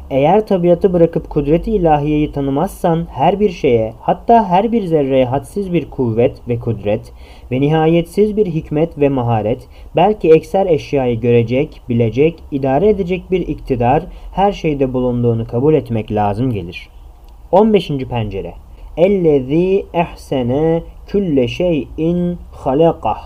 Eğer tabiatı bırakıp kudret-i ilahiyeyi tanımazsan her bir şeye, hatta her bir zerreye hadsiz bir kuvvet ve kudret ve nihayetsiz bir hikmet ve maharet, belki ekser eşyayı görecek, bilecek, idare edecek bir iktidar her şeyde bulunduğunu kabul etmek lazım gelir. on beşinci pencere. Ellezî ehsene külle şeyin halakah.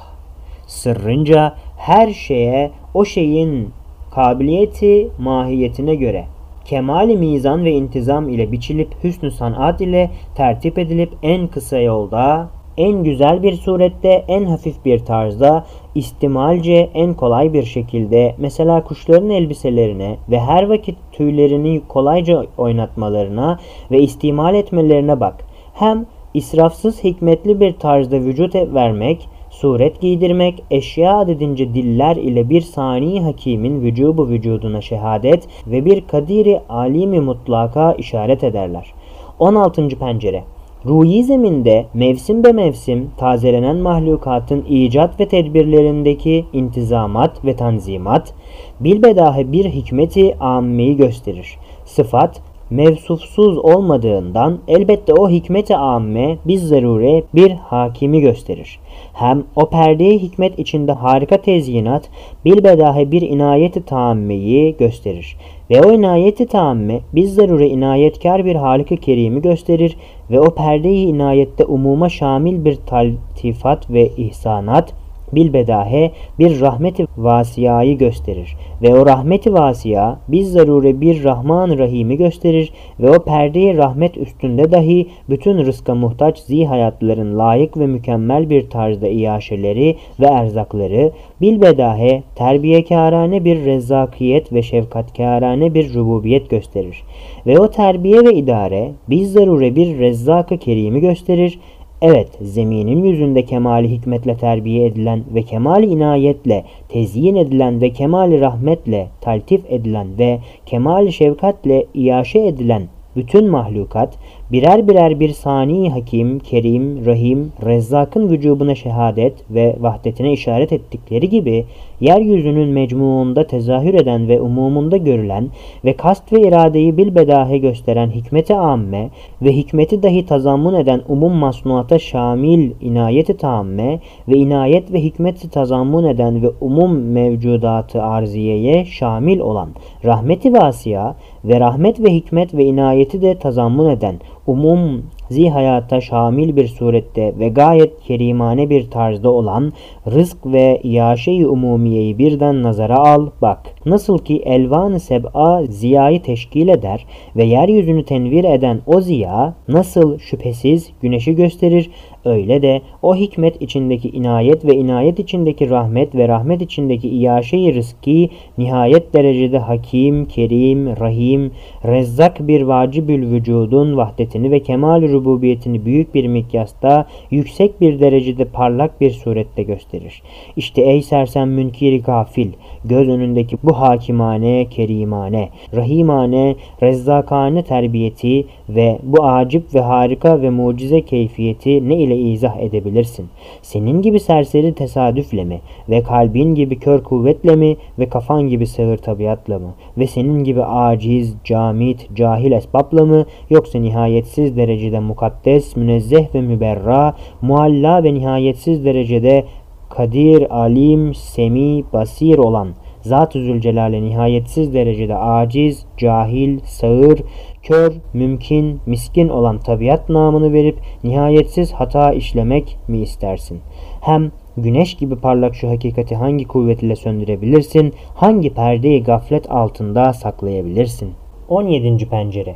Sırrınca her şeye o şeyin kabiliyeti mahiyetine göre kemal-i mizan ve intizam ile biçilip hüsnü sanat ile tertip edilip en kısa yolda, en güzel bir surette, en hafif bir tarzda, istimalce en kolay bir şekilde, mesela kuşların elbiselerine ve her vakit tüylerini kolayca oynatmalarına ve istimal etmelerine bak. Hem israfsız hikmetli bir tarzda vücut vermek, suret giydirmek, eşya adedince diller ile bir sani hakimin vücubu vücuduna şehadet ve bir kadiri alimi mutlaka işaret ederler. on altıncı pencere. Ruhi zeminde mevsim be mevsim tazelenen mahlukatın icat ve tedbirlerindeki intizamat ve tanzimat, bilbedahe bir hikmeti âmmeyi gösterir. Sıfat, mevsufsuz olmadığından elbette o hikmet-i âmme biz zarure bir hakimi gösterir. Hem o perde-i hikmet içinde harika tezyinat bilbedahe bir inayet-i taammeyi gösterir. Ve o inayet-i taamme biz zarure inayetkar bir Halik-i Kerim'i gösterir ve o perde-i inayette umuma şamil bir taltifat ve ihsanat bilbedahe bir rahmet-i vasiyayı gösterir ve o rahmet-i vasiya biz zarure bir Rahman-ı Rahim'i gösterir ve o perde-i rahmet üstünde dahi bütün rızka muhtaç zihayatların layık ve mükemmel bir tarzda iaşeleri ve erzakları bilbedahe terbiyekârane bir rezzakiyet ve şefkatkârane bir rububiyet gösterir ve o terbiye ve idare biz zarure bir Rezzak-ı Kerim'i gösterir. Evet, zeminin yüzünde kemali hikmetle terbiye edilen ve kemali inayetle tezyin edilen ve kemali rahmetle taltif edilen ve kemali şefkatle iaşe edilen bütün mahlukat birer birer bir sani hakim, kerim, rahim, rezzakın vücubuna şehadet ve vahdetine işaret ettikleri gibi yeryüzünün mecmuunda tezahür eden ve umumunda görülen ve kast ve iradeyi bilbedahe gösteren hikmet-i amme ve hikmeti dahi tazammun eden umum masnuata şamil inayet-i tamme ve inayet ve hikmeti tazammun eden ve umum mevcudatı arziyeye şamil olan rahmet-i vasiya ve rahmet ve hikmet ve inayeti de tazammun eden umum zihayata şamil bir surette ve gayet kerimane bir tarzda olan rızk ve iaşe-i umumiyeyi birden nazara al bak. Nasıl ki elvan-ı seb'a ziyayı teşkil eder ve yeryüzünü tenvir eden o ziya nasıl şüphesiz güneşi gösterir, öyle de o hikmet içindeki inayet ve inayet içindeki rahmet ve rahmet içindeki iaşe-i rızki nihayet derecede hakim, kerim, rahim, rezzak bir vacibül vücudun vahdetini ve kemal rububiyetini büyük bir mikyasta, yüksek bir derecede parlak bir surette gösterir. İşte ey sersem münkiri gafil, göz önündeki bu hakimane, kerimane, rahimane, rezzakane terbiyeti ve bu acip ve harika ve mucize keyfiyeti ne ile izah edebilirsin? Senin gibi serseri tesadüfle mi ve kalbin gibi kör kuvvetle mi ve kafan gibi sığır tabiatla mı ve senin gibi aciz, camit, cahil esbabla mı yoksa nihayetsiz derecede mukaddes, münezzeh ve müberra, mualla ve nihayetsiz derecede kadir, alim, semi, basir olan Zat-ı Zülcelal'e nihayetsiz derecede aciz, cahil, sağır, kör, mümkün, miskin olan tabiat namını verip nihayetsiz hata işlemek mi istersin? Hem güneş gibi parlak şu hakikati hangi kuvvet ile söndürebilirsin, hangi perdeyi gaflet altında saklayabilirsin? on yedinci pencere.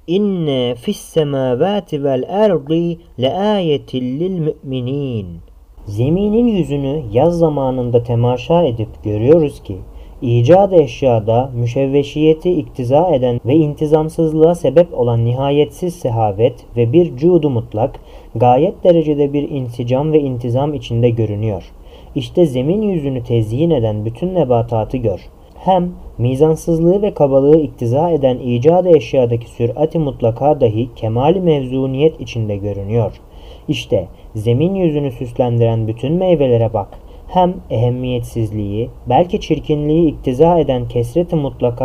İnne fis semavati vel erdi leayetin lil müminin. Zeminin yüzünü yaz zamanında temaşa edip görüyoruz ki icat-ı eşyada müşevveşiyeti iktiza eden ve intizamsızlığa sebep olan nihayetsiz sehavet ve bir cudu mutlak gayet derecede bir insicam ve intizam içinde görünüyor. İşte zemin yüzünü tezyin eden bütün nebatatı gör. Hem mizansızlığı ve kabalığı iktiza eden icat-ı eşyadaki sürat-i mutlaka dahi kemal-i mevzuniyet içinde görünüyor. İşte zemin yüzünü süslendiren bütün meyvelere bak. Hem ehemmiyetsizliği, belki çirkinliği iktiza eden kesret-i mutlaka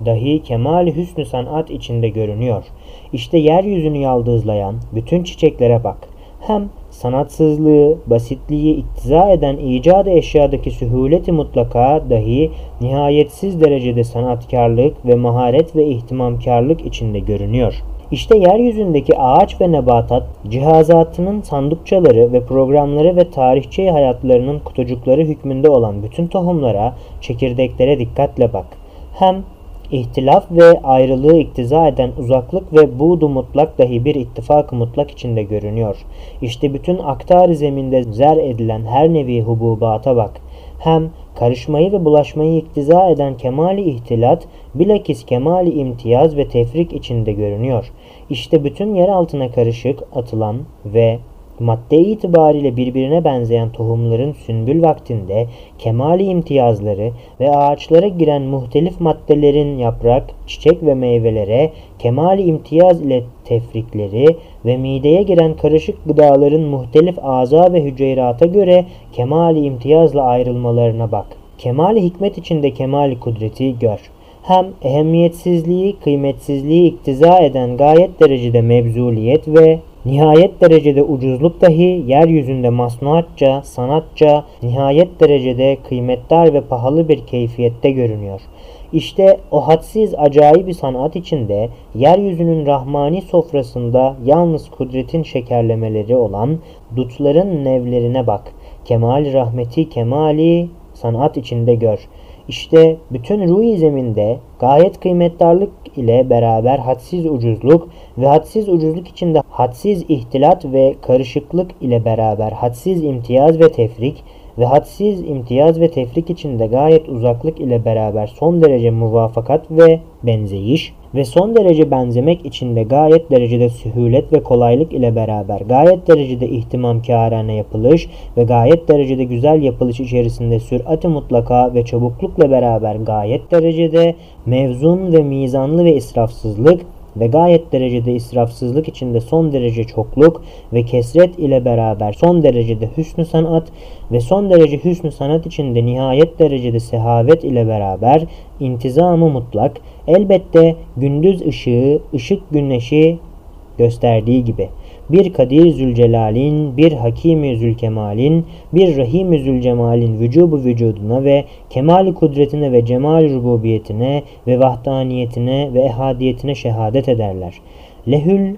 dahi kemal-i hüsnü sanat içinde görünüyor. İşte yeryüzünü yaldızlayan bütün çiçeklere bak. Hem sanatsızlığı, basitliği iktiza eden icat-ı eşyadaki sühuleti mutlaka dahi nihayetsiz derecede sanatkarlık ve maharet ve ihtimamkarlık içinde görünüyor. İşte yeryüzündeki ağaç ve nebatat, cihazatının sandukçaları ve programları ve tarihçe hayatlarının kutucukları hükmünde olan bütün tohumlara, çekirdeklere dikkatle bak. Hem İhtilaf ve ayrılığı iktiza eden uzaklık ve buğdu mutlak dahi bir ittifak-ı mutlak içinde görünüyor. İşte bütün aktar-ı zeminde zer edilen her nevi hububata bak. Hem karışmayı ve bulaşmayı iktiza eden kemali ihtilat, bilakis kemali imtiyaz ve tefrik içinde görünüyor. İşte bütün yer altına karışık atılan ve madde itibariyle birbirine benzeyen tohumların sünbül vaktinde kemali imtiyazları ve ağaçlara giren muhtelif maddelerin yaprak, çiçek ve meyvelere kemali imtiyaz ile tefrikleri ve mideye giren karışık gıdaların muhtelif aza ve hücreyrata göre kemali imtiyazla ayrılmalarına bak. Kemali hikmet içinde kemali kudreti gör. Hem ehemmiyetsizliği, kıymetsizliği iktiza eden gayet derecede mevzuliyet ve nihayet derecede ucuzluk dahi yeryüzünde masnuatça, sanatça, nihayet derecede kıymetdar ve pahalı bir keyfiyette görünüyor. İşte o hadsiz acayip bir sanat içinde yeryüzünün rahmani sofrasında yalnız kudretin şekerlemeleri olan dutların nevlerine bak. Kemali rahmeti, kemali sanat içinde gör. İşte bütün ruh-i zeminde gayet kıymetdarlık ile beraber hadsiz ucuzluk ve hadsiz ucuzluk içinde hadsiz ihtilat ve karışıklık ile beraber hadsiz imtiyaz ve tefrik ve hadsiz imtiyaz ve tefrik içinde gayet uzaklık ile beraber son derece muvafakat ve benzeyiş ve son derece benzemek içinde gayet derecede sühulet ve kolaylık ile beraber gayet derecede ihtimamkârane yapılış ve gayet derecede güzel yapılış içerisinde sürat-ı mutlaka ve çabuklukla beraber gayet derecede mevzun ve mizanlı ve israfsızlık ve gayet derecede israfsızlık içinde son derece çokluk ve kesret ile beraber son derecede hüsnü sanat ve son derece hüsnü sanat içinde nihayet derecede sehavet ile beraber intizamı mutlak, elbette gündüz ışığı, ışık güneşi gösterdiği gibi bir Kadir Zülcelal'in, bir Hakim-i Zülkemal'in, bir Rahim-i Zülcemal'in vücubu vücuduna ve kemal-i kudretine ve cemal-i rububiyetine ve vahdaniyetine ve ehadiyetine şehadet ederler. Lehül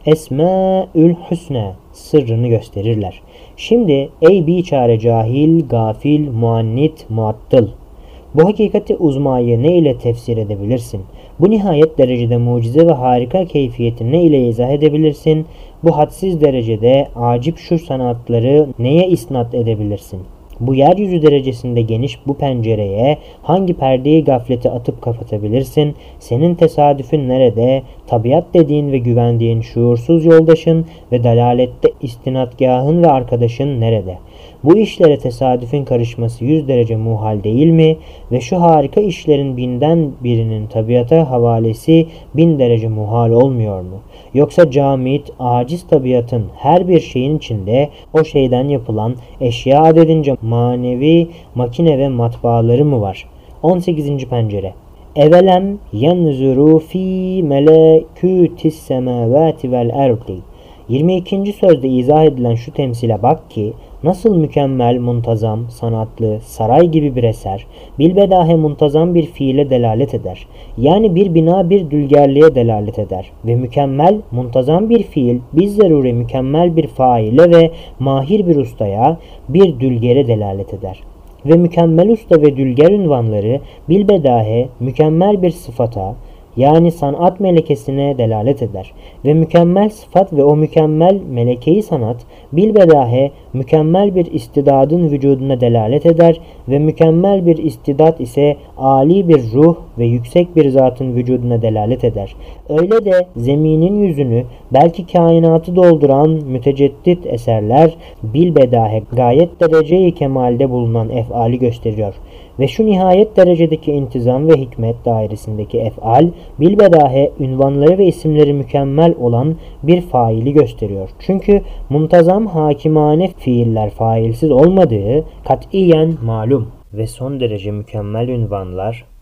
esmâül hüsne sırrını gösterirler. Şimdi ey biçare cahil, gafil, muannit, muattıl, bu hakikati uzmayı ne ile tefsir edebilirsin? Bu nihayet derecede mucize ve harika keyfiyeti ne ile izah edebilirsin? Bu hadsiz derecede acip şu sanatları neye isnat edebilirsin? Bu yeryüzü derecesinde geniş bu pencereye hangi perdeyi gafleti atıp kapatabilirsin? Senin tesadüfün nerede? Tabiat dediğin ve güvendiğin şuursuz yoldaşın ve dalalette istinadgahın ve arkadaşın nerede? Bu işlere tesadüfün karışması yüz derece muhal değil mi? Ve şu harika işlerin binden birinin tabiata havalesi bin derece muhal olmuyor mu? Yoksa camit, aciz tabiatın her bir şeyin içinde o şeyden yapılan eşya adedince manevi makine ve matbaaları mı var? on sekizinci pencere. Evelem yanzuru fi melekûtis semâvâti vel erdi. yirmi ikinci sözde izah edilen şu temsile bak ki nasıl mükemmel, muntazam, sanatlı, saray gibi bir eser bilbedahe muntazam bir fiile delalet eder. Yani bir bina bir dülgerliğe delalet eder. Ve mükemmel, muntazam bir fiil biz zarure mükemmel bir faile ve mahir bir ustaya bir dülgere delalet eder. Ve mükemmel usta ve dülger ünvanları bilbedahe mükemmel bir sıfata, yani sanat melekesine delalet eder. Ve mükemmel sıfat ve o mükemmel melekeyi sanat bilbedahe mükemmel bir istidadın vücuduna delalet eder ve mükemmel bir istidat ise âli bir ruh ve yüksek bir zatın vücuduna delalet eder. Öyle de zeminin yüzünü belki kainatı dolduran müteceddit eserler bilbedahe gayet derece-i kemalde bulunan ef'ali gösteriyor. Ve şu nihayet derecedeki intizam ve hikmet dairesindeki ef'al bilbedahe ünvanları ve isimleri mükemmel olan bir faili gösteriyor. Çünkü muntazam hakimane fiiller failsiz olmadığı katiyen malum. Ve son derece mükemmel ünvanlar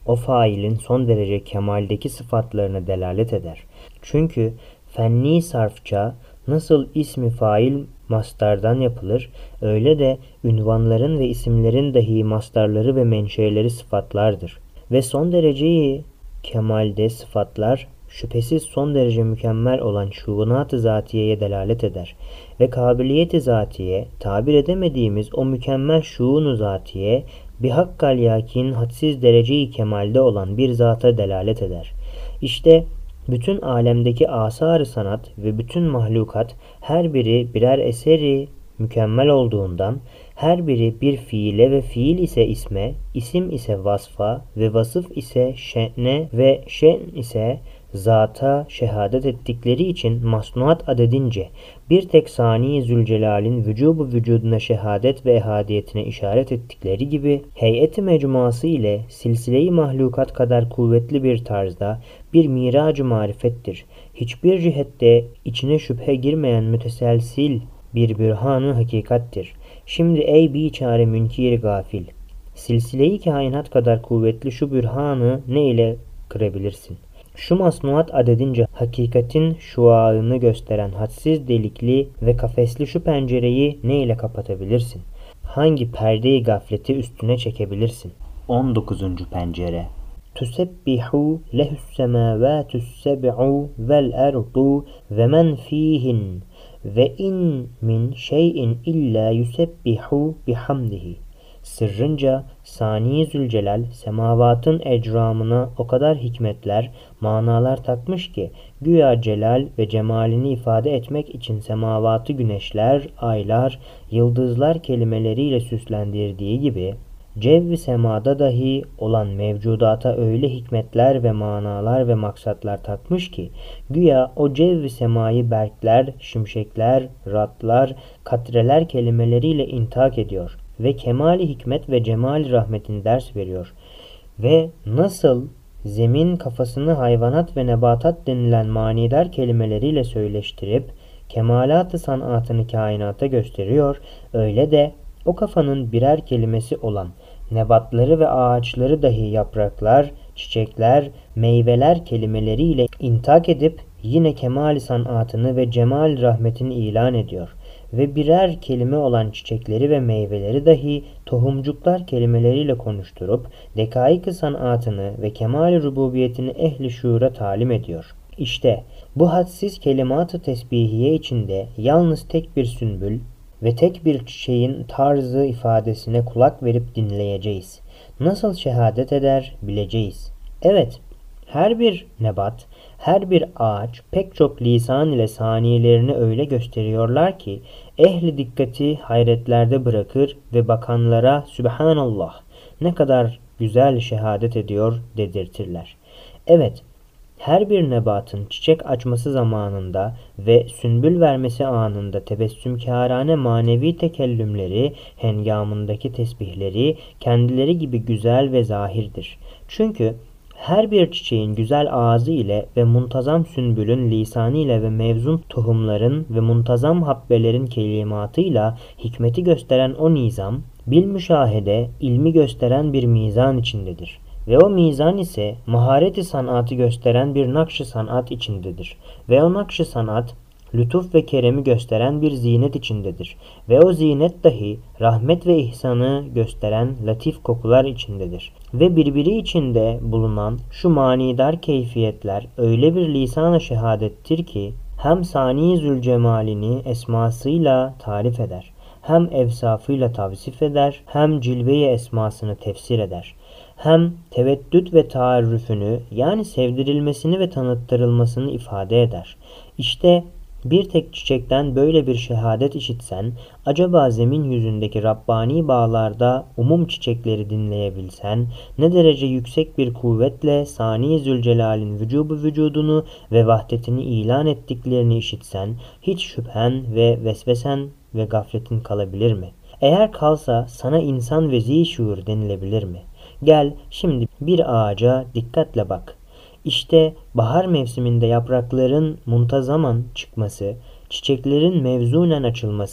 o failin son derece kemaldeki sıfatlarına delalet eder. Çünkü fenni sarfça nasıl ismi fail mastardan yapılır, öyle de ünvanların ve isimlerin dahi mastarları ve menşeleri sıfatlardır. Ve son dereceyi kemalde sıfatlar şüphesiz son derece mükemmel olan şuunat-ı zatiyeye delalet eder ve kabiliyet-i zatiye, tabir edemediğimiz o mükemmel şuun-u zatiye, bihakkal yakin hadsiz derece-i kemalde olan bir zata delalet eder. İşte bütün alemdeki asar-ı sanat ve bütün mahlukat her biri birer eseri mükemmel olduğundan, her biri bir fiile ve fiil ise isme, isim ise vasfa ve vasıf ise şe'ne ve şe'n ise zata şehadet ettikleri için masnuat adedince bir tek Sani Zülcelal'in vücubu vücuduna şehadet ve ehadiyetine işaret ettikleri gibi heyet-i mecmuası ile silsile-i mahlukat kadar kuvvetli bir tarzda bir mirac-ı marifettir. Hiçbir cihette içine şüphe girmeyen müteselsil bir bürhan-ı hakikattir. Şimdi ey biçare münkir gafil, silsile-i kainat kadar kuvvetli şu bürhanı ne ile kırabilirsin? Şu masnuat adedince hakikatin şuağını gösteren hadsiz delikli ve kafesli şu pencereyi ne ile kapatabilirsin? Hangi perde-i gafleti üstüne çekebilirsin? on dokuzuncu pencere. Tüsebbihu lehus semâvâtus seb'u vel erdu ve men fîhin ve in min şeyin illa yusebbihu bihamdihi. Sırrınca Sani Zülcelal semavatın ecramına o kadar hikmetler, manalar takmış ki güya celal ve cemalini ifade etmek için semavatı güneşler, aylar, yıldızlar kelimeleriyle süslendirdiği gibi cevv-i semada dahi olan mevcudata öyle hikmetler ve manalar ve maksatlar takmış ki güya o cevv-i semayı berkler, şimşekler, ratlar, katreler kelimeleriyle intak ediyor ve kemali hikmet ve cemali rahmetin ders veriyor. Ve nasıl zemin kafasını hayvanat ve nebatat denilen manidar kelimeleriyle söyleştirip kemalat-ı sanatını kainata gösteriyor, öyle de o kafanın birer kelimesi olan nebatları ve ağaçları dahi yapraklar, çiçekler, meyveler kelimeleriyle intak edip yine kemal-i sanatını ve cemal rahmetini ilan ediyor. Ve birer kelime olan çiçekleri ve meyveleri dahi tohumcuklar kelimeleriyle konuşturup dekaik-ı sanatını ve kemal-i rububiyetini ehli şuura talim ediyor. İşte bu hadsiz kelimat-ı tesbihiye içinde yalnız tek bir sünbül ve tek bir çiçeğin tarzı ifadesine kulak verip dinleyeceğiz. Nasıl şehadet eder bileceğiz. Evet, her bir nebat, her bir ağaç pek çok lisan ile saniyelerini öyle gösteriyorlar ki ehli dikkati hayretlerde bırakır ve bakanlara Sübhanallah ne kadar güzel şehadet ediyor dedirtirler. Evet, her bir nebatın çiçek açması zamanında ve sünbül vermesi anında tebessümkârane manevi tekellümleri, hengamındaki tesbihleri kendileri gibi güzel ve zahirdir. Çünkü her bir çiçeğin güzel ağzı ile ve muntazam sünbülün lisanı ile ve mevzun tohumların ve muntazam habbelerin kelimatıyla hikmeti gösteren o nizam, bilmüşahede ilmi gösteren bir mizan içindedir. Ve o mizan ise mahareti sanatı gösteren bir nakş-ı sanat içindedir. Ve o nakş-ı sanat lütuf ve keremi gösteren bir zinet içindedir. Ve o zinet dahi rahmet ve ihsanı gösteren latif kokular içindedir. Ve birbiri içinde bulunan şu manidar keyfiyetler öyle bir lisan-ı şehadettir ki hem Sani Zülcemal'ini esmasıyla tarif eder, hem evsafıyla tavsif eder, hem cilve-i esmasını tefsir eder. Hem teveddüt ve taarrüfünü yani sevdirilmesini ve tanıttırılmasını ifade eder. İşte bir tek çiçekten böyle bir şehadet işitsen, acaba zemin yüzündeki Rabbani bağlarda umum çiçekleri dinleyebilsen, ne derece yüksek bir kuvvetle Sani Zülcelal'in vücubu vücudunu ve vahdetini ilan ettiklerini işitsen, hiç şüphen ve vesvesen ve gafletin kalabilir mi? Eğer kalsa sana insan ve zî-şuur denilebilir mi? Gel şimdi bir ağaca dikkatle bak. İşte bahar mevsiminde yaprakların muntazaman çıkması, çiçeklerin mevzunen açılması,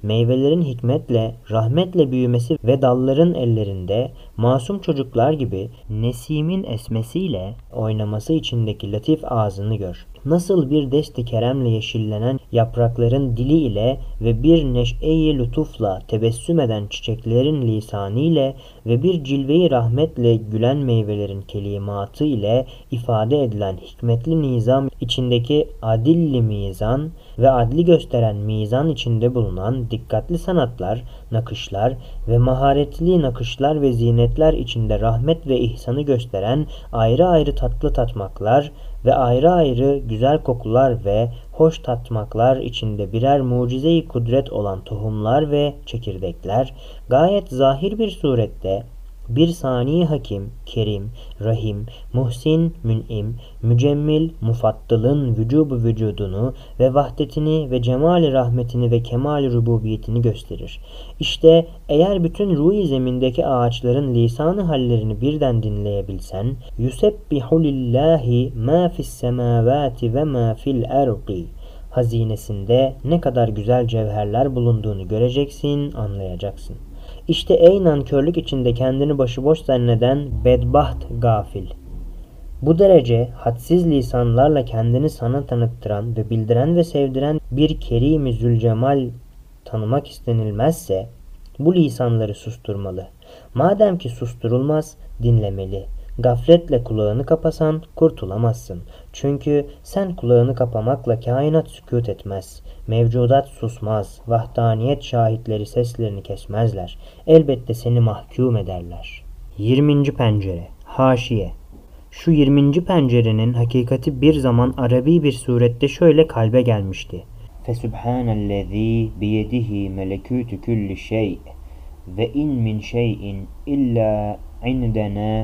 meyvelerin hikmetle, rahmetle büyümesi ve dalların ellerinde masum çocuklar gibi nesimin esmesiyle oynaması içindeki latif ağzını gör. Nasıl bir dest-i keremle yeşillenen yaprakların dili ile ve bir neşe-i lütufla tebessüm eden çiçeklerin lisanı ile ve bir cilve-i rahmetle gülen meyvelerin kelimatı ile ifade edilen hikmetli nizam içindeki adilli mizan ve adli gösteren mizan içinde bulunan dikkatli sanatlar, nakışlar ve maharetli nakışlar ve zinetler içinde rahmet ve ihsanı gösteren ayrı ayrı tatlı tatmaklar ve ayrı ayrı güzel kokular ve hoş tatmaklar içinde birer mucize-i kudret olan tohumlar ve çekirdekler gayet zahir bir surette bir sani hakim, kerim, rahim, muhsin, mün'im, mücemmil, mufaddılın vücubu vücudunu ve vahdetini ve cemali rahmetini ve kemali rububiyetini gösterir. İşte eğer bütün ruh-i zemindeki ağaçların lisanı hallerini birden dinleyebilsen, yusebbihu lillahi ma fis semavati ve ma fil erdi hazinesinde ne kadar güzel cevherler bulunduğunu göreceksin, anlayacaksın. İşte ey nankörlük içinde kendini başıboş zanneden bedbaht gafil. Bu derece hadsiz lisanlarla kendini sana tanıttıran ve bildiren ve sevdiren bir Kerim-i Zülcemal tanımak istenilmezse bu lisanları susturmalı. Madem ki susturulmaz, dinlemeli. Gafletle kulağını kapasan kurtulamazsın. Çünkü sen kulağını kapamakla kainat sükût etmez. Mevcudat susmaz. Vahdaniyet şahitleri seslerini kesmezler. Elbette seni mahkum ederler. yirminci pencere. Haşiye. Şu yirminci pencerenin hakikati bir zaman Arabi bir surette şöyle kalbe gelmişti. Fesubhanellezî biyedihi melekûtü kulli şey ve in min şeyin illa indena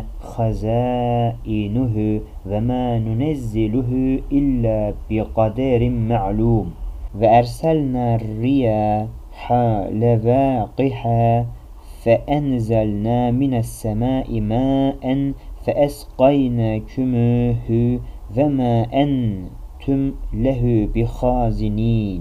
hazainuhu ve ma nunezziluhu illa bi kaderin ma'lum ve erselna riyaha levaqiha fe enzelna mines semai ma'en fe esqaynakumuhu ve ma entum lehu bi hazinin.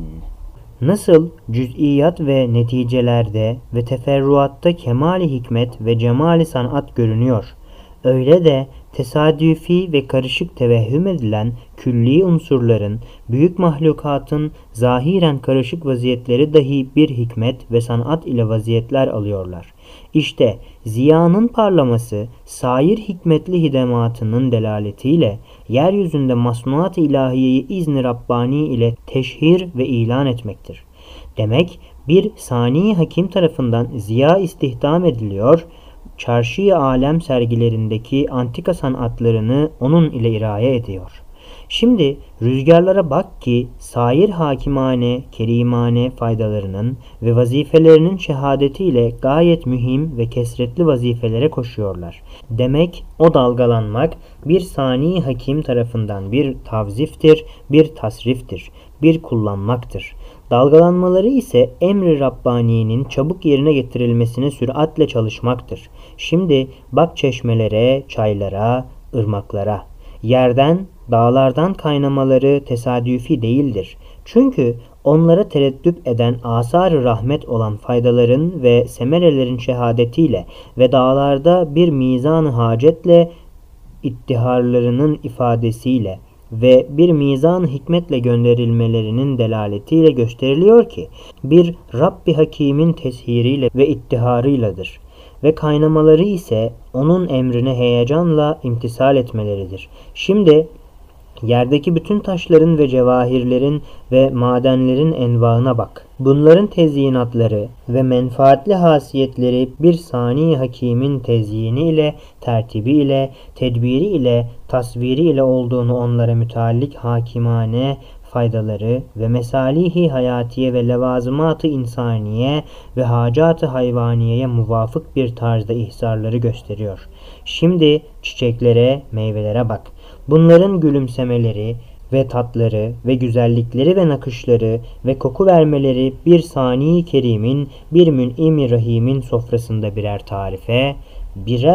Nasıl cüz'iyat ve neticelerde ve teferruatta kemali hikmet ve cemali sanat görünüyor, öyle de tesadüfi ve karışık tevehhüm edilen külli unsurların, büyük mahlukatın zahiren karışık vaziyetleri dahi bir hikmet ve sanat ile vaziyetler alıyorlar. İşte ziyanın parlaması, sair hikmetli hidematının delaletiyle, yeryüzünde masnuat-ı ilahiyeyi izni Rabbani ile teşhir ve ilan etmektir. Demek bir sani hakim tarafından ziya istihdam ediliyor, çarşı-i alem sergilerindeki antika sanatlarını onun ile iraye ediyor. Şimdi rüzgarlara bak ki sair hakimane, kerimane faydalarının ve vazifelerinin şehadetiyle gayet mühim ve kesretli vazifelere koşuyorlar. Demek o dalgalanmak bir sani hakim tarafından bir tavziftir, bir tasriftir, bir kullanmaktır. Dalgalanmaları ise emri Rabbani'nin çabuk yerine getirilmesine süratle çalışmaktır. Şimdi bak çeşmelere, çaylara, ırmaklara. Yerden, dağlardan kaynamaları tesadüfi değildir. Çünkü onlara tereddüt eden asar-ı rahmet olan faydaların ve semerelerin şehadetiyle ve dağlarda bir mizan-ı hacetle ittiharlarının ifadesiyle ve bir mizan hikmetle gönderilmelerinin delaletiyle gösteriliyor ki bir Rabbi Hakim'in teshiriyle ve ittiharıyladır ve kaynamaları ise onun emrine heyecanla imtisal etmeleridir. Şimdi yerdeki bütün taşların ve cevahirlerin ve madenlerin envaına bak. Bunların tezyinatları ve menfaatli hasiyetleri bir sani hakimin tezyini ile, tertibi ile, tedbiri ile, tasviri ile olduğunu onlara müteallik hakimane faydaları ve mesalihi hayatiye ve levazımat-ı insaniye ve hacat-ı hayvaniyeye muvafık bir tarzda ihsarları gösteriyor. Şimdi çiçeklere, meyvelere bak. Bunların gülümsemeleri ve tatları ve güzellikleri ve nakışları ve koku vermeleri bir sani kerimin, bir mün'im-i rahimin sofrasında birer tarife, birer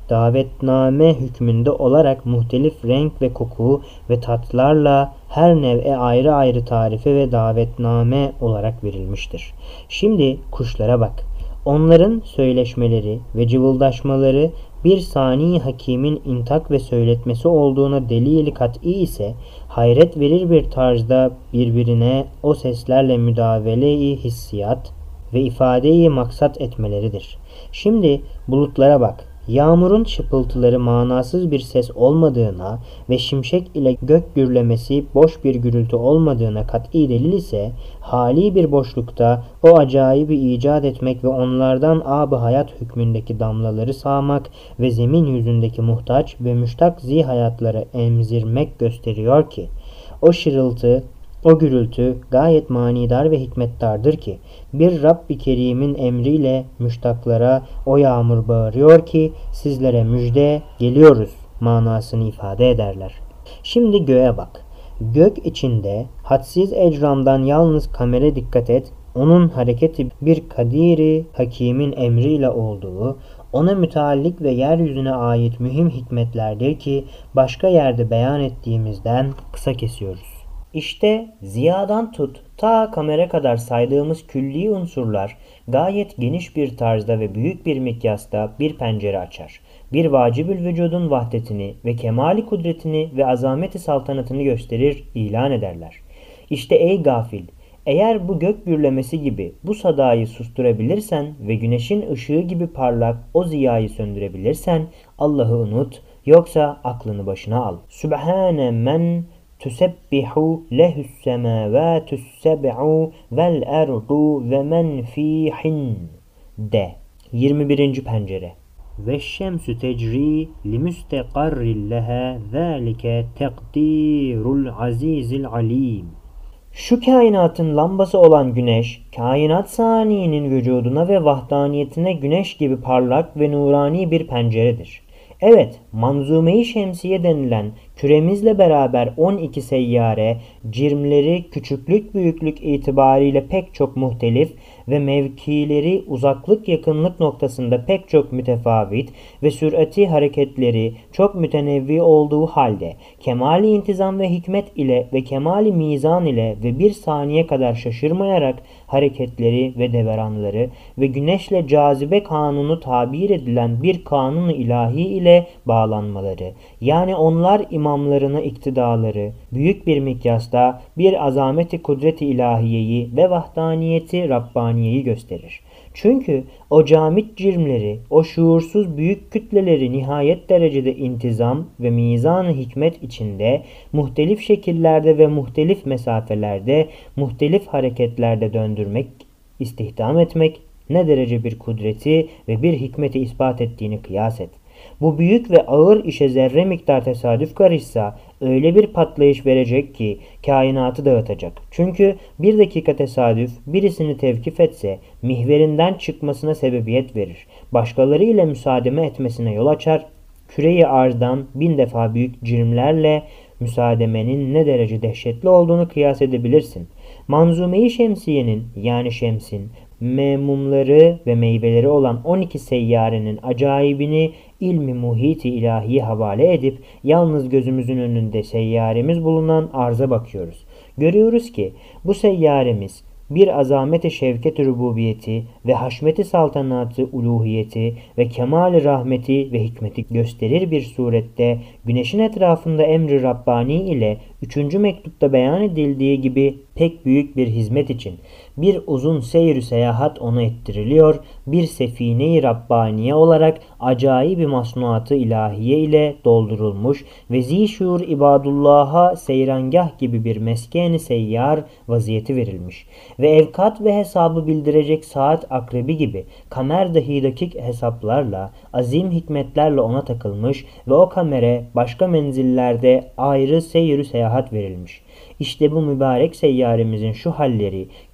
davetname hükmünde olarak muhtelif renk ve koku ve tatlarla her nev'e ayrı ayrı tarife ve davetname olarak verilmiştir. Şimdi kuşlara bak. Onların söyleşmeleri ve cıvıldaşmaları bir sani hakimin intak ve söyletmesi olduğuna delili kat'i ise hayret verir bir tarzda birbirine o seslerle müdavele-i hissiyat ve ifade-i maksat etmeleridir. Şimdi bulutlara bak. Yağmurun şıpıltıları manasız bir ses olmadığına ve şimşek ile gök gürlemesi boş bir gürültü olmadığına kat'i delil ise hali bir boşlukta o acayibi icat etmek ve onlardan ab-ı hayat hükmündeki damlaları sağmak ve zemin yüzündeki muhtaç ve müştak zihayatları emzirmek gösteriyor ki o şırıltı, o gürültü gayet manidar ve hikmettardır ki bir Rabb-i Kerim'in emriyle müştaklara o yağmur bağırıyor ki sizlere müjde geliyoruz manasını ifade ederler. Şimdi göğe bak. Gök içinde hadsiz ecramdan yalnız kamera dikkat et. Onun hareketi bir kadiri hakimin emriyle olduğu, ona müteallik ve yeryüzüne ait mühim hikmetlerdir ki başka yerde beyan ettiğimizden kısa kesiyoruz. İşte ziyadan tut ta kamera kadar saydığımız külli unsurlar gayet geniş bir tarzda ve büyük bir mikyasta bir pencere açar. Bir vacibül vücudun vahdetini ve kemali kudretini ve azameti saltanatını gösterir, ilan ederler. İşte ey gafil! Eğer bu gök gürlemesi gibi bu sadayı susturabilirsen ve güneşin ışığı gibi parlak o ziyayı söndürebilirsen Allah'ı unut, yoksa aklını başına al. Sübhane men Tüsebbihu lehus semavatus seb'u vel erdu ve men fihin de. yirmi birinci pencere. Ve şemsü tecri li müsteqarrin leha zâlike tekdirul azizil alim. Şu kainatın lambası olan güneş, kainat saniyenin vücuduna ve vahdaniyetine güneş gibi parlak ve nurani bir penceredir. Evet, Manzume-i Şemsiye denilen küremizle beraber on iki seyyare, cirmleri küçüklük büyüklük itibariyle pek çok muhtelif ve mevkileri uzaklık yakınlık noktasında pek çok mütefavit ve sürati hareketleri çok mütenevvi olduğu halde kemali intizam ve hikmet ile ve kemali mizan ile ve bir saniye kadar şaşırmayarak hareketleri ve deveranları ve güneşle cazibe kanunu tabir edilen bir kanunu ilahi ile bağlanmaları, yani onlar imamlarına iktidaları büyük bir mikyasta bir azameti kudreti ilahiyeyi ve vahdaniyeti Rabbaniyeyi gösterir. Çünkü o camit cirmleri, o şuursuz büyük kütleleri nihayet derecede intizam ve mizan-ı hikmet içinde, muhtelif şekillerde ve muhtelif mesafelerde, muhtelif hareketlerde döndürmek, istihdam etmek ne derece bir kudreti ve bir hikmeti ispat ettiğini kıyas et. Bu büyük ve ağır işe zerre miktar tesadüf karışsa öyle bir patlayış verecek ki kainatı dağıtacak. Çünkü bir dakika tesadüf birisini tevkif etse mihverinden çıkmasına sebebiyet verir. Başkaları ile müsaademe etmesine yol açar. Küre-i arzdan bin defa büyük cirmlerle müsaademenin ne derece dehşetli olduğunu kıyas edebilirsin. Manzume-i Şemsiye'nin yani Şems'in memumları ve meyveleri olan on iki seyyarenin acayibini ilmi muhit-i ilahiye havale edip yalnız gözümüzün önünde seyyaremiz bulunan arza bakıyoruz. Görüyoruz ki bu seyyaremiz bir azamet-i şevket-i rububiyeti ve haşmet-i saltanatı uluhiyeti ve kemal-i rahmeti ve hikmeti gösterir bir surette güneşin etrafında emri Rabbani ile üçüncü mektupta beyan edildiği gibi pek büyük bir hizmet için bir uzun seyr-ü seyahat ona ettiriliyor, bir sefine-i Rabbaniye olarak acayip bir masnuatı ilahiye ile doldurulmuş ve zişur ibadullah'a seyrangah gibi bir mesken-i seyyar vaziyeti verilmiş ve evkat ve hesabı bildirecek saat akrebi gibi kamer dahi dakik hesaplarla, azim hikmetlerle ona takılmış ve o kamere başka menzillerde ayrı seyr-ü seyahat verilmiş. İşte bu mübarek seyyaremizin şu halleri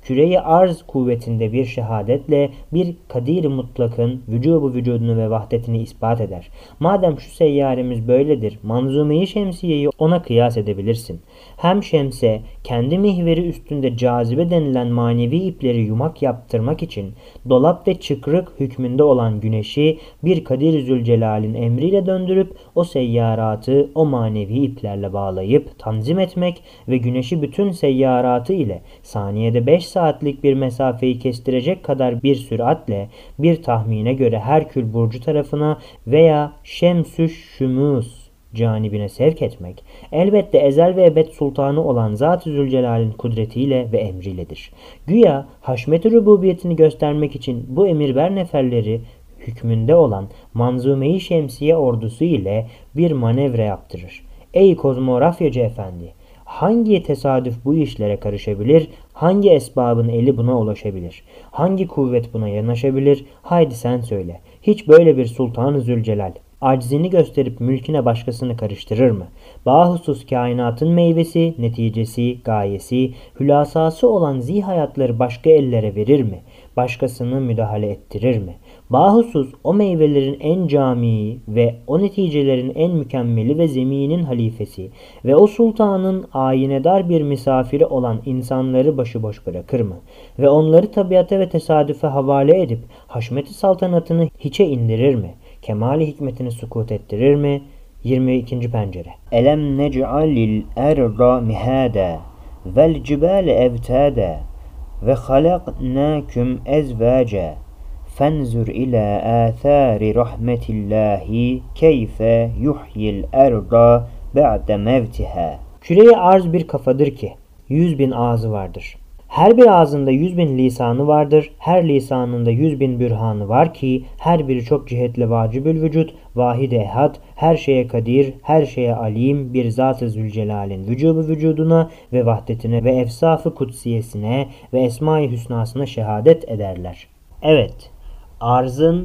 küre-i arz kuvvetinde bir şehadetle bir kadir-i mutlakın vücubu vücudunu ve vahdetini ispat eder. Madem şu seyyaremiz böyledir, manzume-i şemsiyeyi ona kıyas edebilirsin. Hem şemse kendi mihveri üstünde cazibe denilen manevi ipleri yumak yaptırmak için dolap ve çıkrık hükmünde olan güneşi bir Kadir-i Zülcelal'in emriyle döndürüp o seyyaratı o manevi iplerle bağlayıp tanzim etmek ve güneşi bütün seyyaratı ile saniyede beş saatlik bir mesafeyi kestirecek kadar bir süratle bir tahmine göre Herkül burcu tarafına veya Şemsüş Şümus canibine sevk etmek, elbette ezel ve ebed sultanı olan Zat-ı Zülcelal'in kudretiyle ve emriyledir. Güya haşmet-i rububiyetini göstermek için bu emirber neferleri hükmünde olan Manzume-i Şemsiye ordusu ile bir manevra yaptırır. Ey kozmografyacı efendi! Hangi tesadüf bu işlere karışabilir? Hangi esbabın eli buna ulaşabilir? Hangi kuvvet buna yanaşabilir? Haydi sen söyle. Hiç böyle bir Sultan-ı Zülcelal aczini gösterip mülküne başkasını karıştırır mı? Bahusus kainatın meyvesi, neticesi, gayesi, hülasası olan zihayatları başka ellere verir mi? Başkasını müdahale ettirir mi? Bahusus o meyvelerin en camii ve o neticelerin en mükemmeli ve zeminin halifesi ve o sultanın ayinedar bir misafiri olan insanları başıboş bırakır mı? Ve onları tabiata ve tesadüfe havale edip haşmeti saltanatını hiçe indirir mi? Kemali hikmetini sukut ettirir mi? yirmi ikinci pencere. Elem nec'alil erda mihada vel cibale evtada ve halaknakum ezvaca fenzur ila athari rahmetillahi keyfe yuhyil erda ba'de mevtiha. Küre-i arz bir kafadır ki yüz bin ağzı vardır. Her bir ağzında yüz bin lisanı vardır. Her lisanında yüz bin bürhanı var ki her biri çok cihetle vacibül vücut, vahid ehad, her şeye kadir, her şeye alim bir Zat-ı Zülcelal'in vücubu vücuduna ve vahdetine ve efsaf-ı kutsiyesine ve esma-i hüsnasına şehadet ederler. Evet, arzın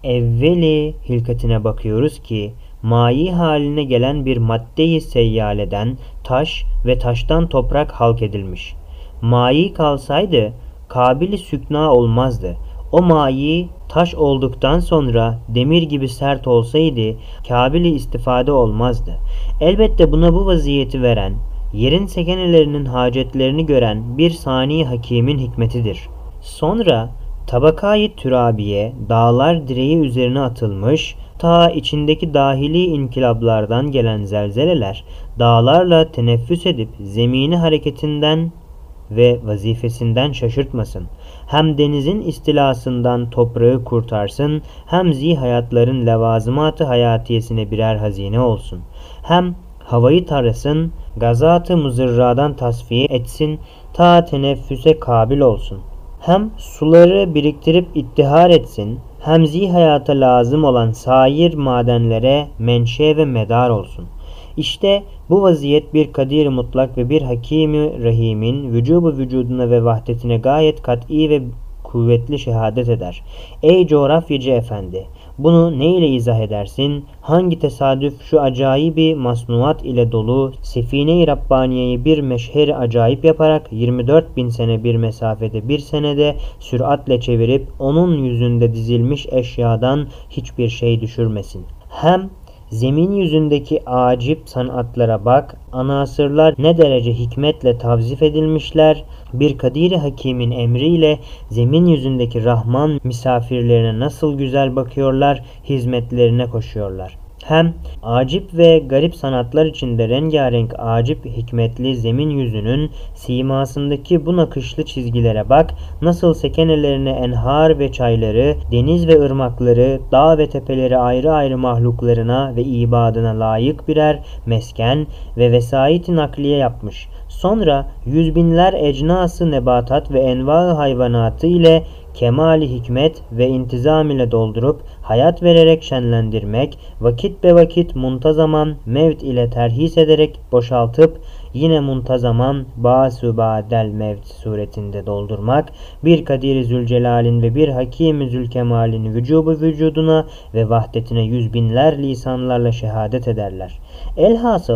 evveli hilkatine bakıyoruz ki mayi haline gelen bir madde-i seyyaleden taş ve taştan toprak halk edilmiş. Mayi kalsaydı kabili sükna olmazdı. O mayi taş olduktan sonra demir gibi sert olsaydı kabili istifade olmazdı. Elbette buna bu vaziyeti veren, yerin sekenelerinin hacetlerini gören bir sani hakimin hikmetidir. Sonra tabakayı türabiye dağlar direği üzerine atılmış, ta içindeki dahili inkılaplardan gelen zelzeleler dağlarla teneffüs edip zemini hareketinden ve vazifesinden şaşırtmasın. Hem denizin istilasından toprağı kurtarsın, hem zihayatların levazımat-ı hayatiyesine birer hazine olsun. Hem havayı tarasın, gazat-ı muzırradan tasfiye etsin, ta teneffüse kabil olsun. Hem suları biriktirip ittihar etsin, hem zihayata lazım olan sair madenlere menşe ve medar olsun. İşte bu vaziyet bir kadir mutlak ve bir hakimi rahimin vücubu vücuduna ve vahdetine gayet kat'i ve kuvvetli şehadet eder. Ey coğrafyacı efendi! Bunu ne ile izah edersin? Hangi tesadüf şu acayibi masnuat ile dolu Sefine-i Rabbaniye'yi bir meşher acayip yaparak yirmi dört bin sene bir mesafede bir senede süratle çevirip onun yüzünde dizilmiş eşyadan hiçbir şey düşürmesin. Hem zemin yüzündeki acip sanatlara bak, anasırlar ne derece hikmetle tavzif edilmişler, bir Kadir-i Hakim'in emriyle zemin yüzündeki Rahman misafirlerine nasıl güzel bakıyorlar, hizmetlerine koşuyorlar. Hem acip ve garip sanatlar içinde rengarenk acip hikmetli zemin yüzünün simasındaki bu nakışlı çizgilere bak, nasıl sekenelerine enhar ve çayları, deniz ve ırmakları, dağ ve tepeleri ayrı ayrı mahluklarına ve ibadına layık birer mesken ve vesait-i nakliye yapmış. Sonra yüz binler ecnası nebatat ve enva-ı hayvanatı ile kemali hikmet ve intizam ile doldurup hayat vererek şenlendirmek, vakit be vakit muntazaman mevt ile terhis ederek boşaltıp yine muntazaman ba'su ba'del mevt suretinde doldurmak, bir Kadir-i Zülcelal'in ve bir Hakim-i Zülkemal'in vücubu vücuduna ve vahdetine yüz binler lisanlarla şehadet ederler. Elhasıl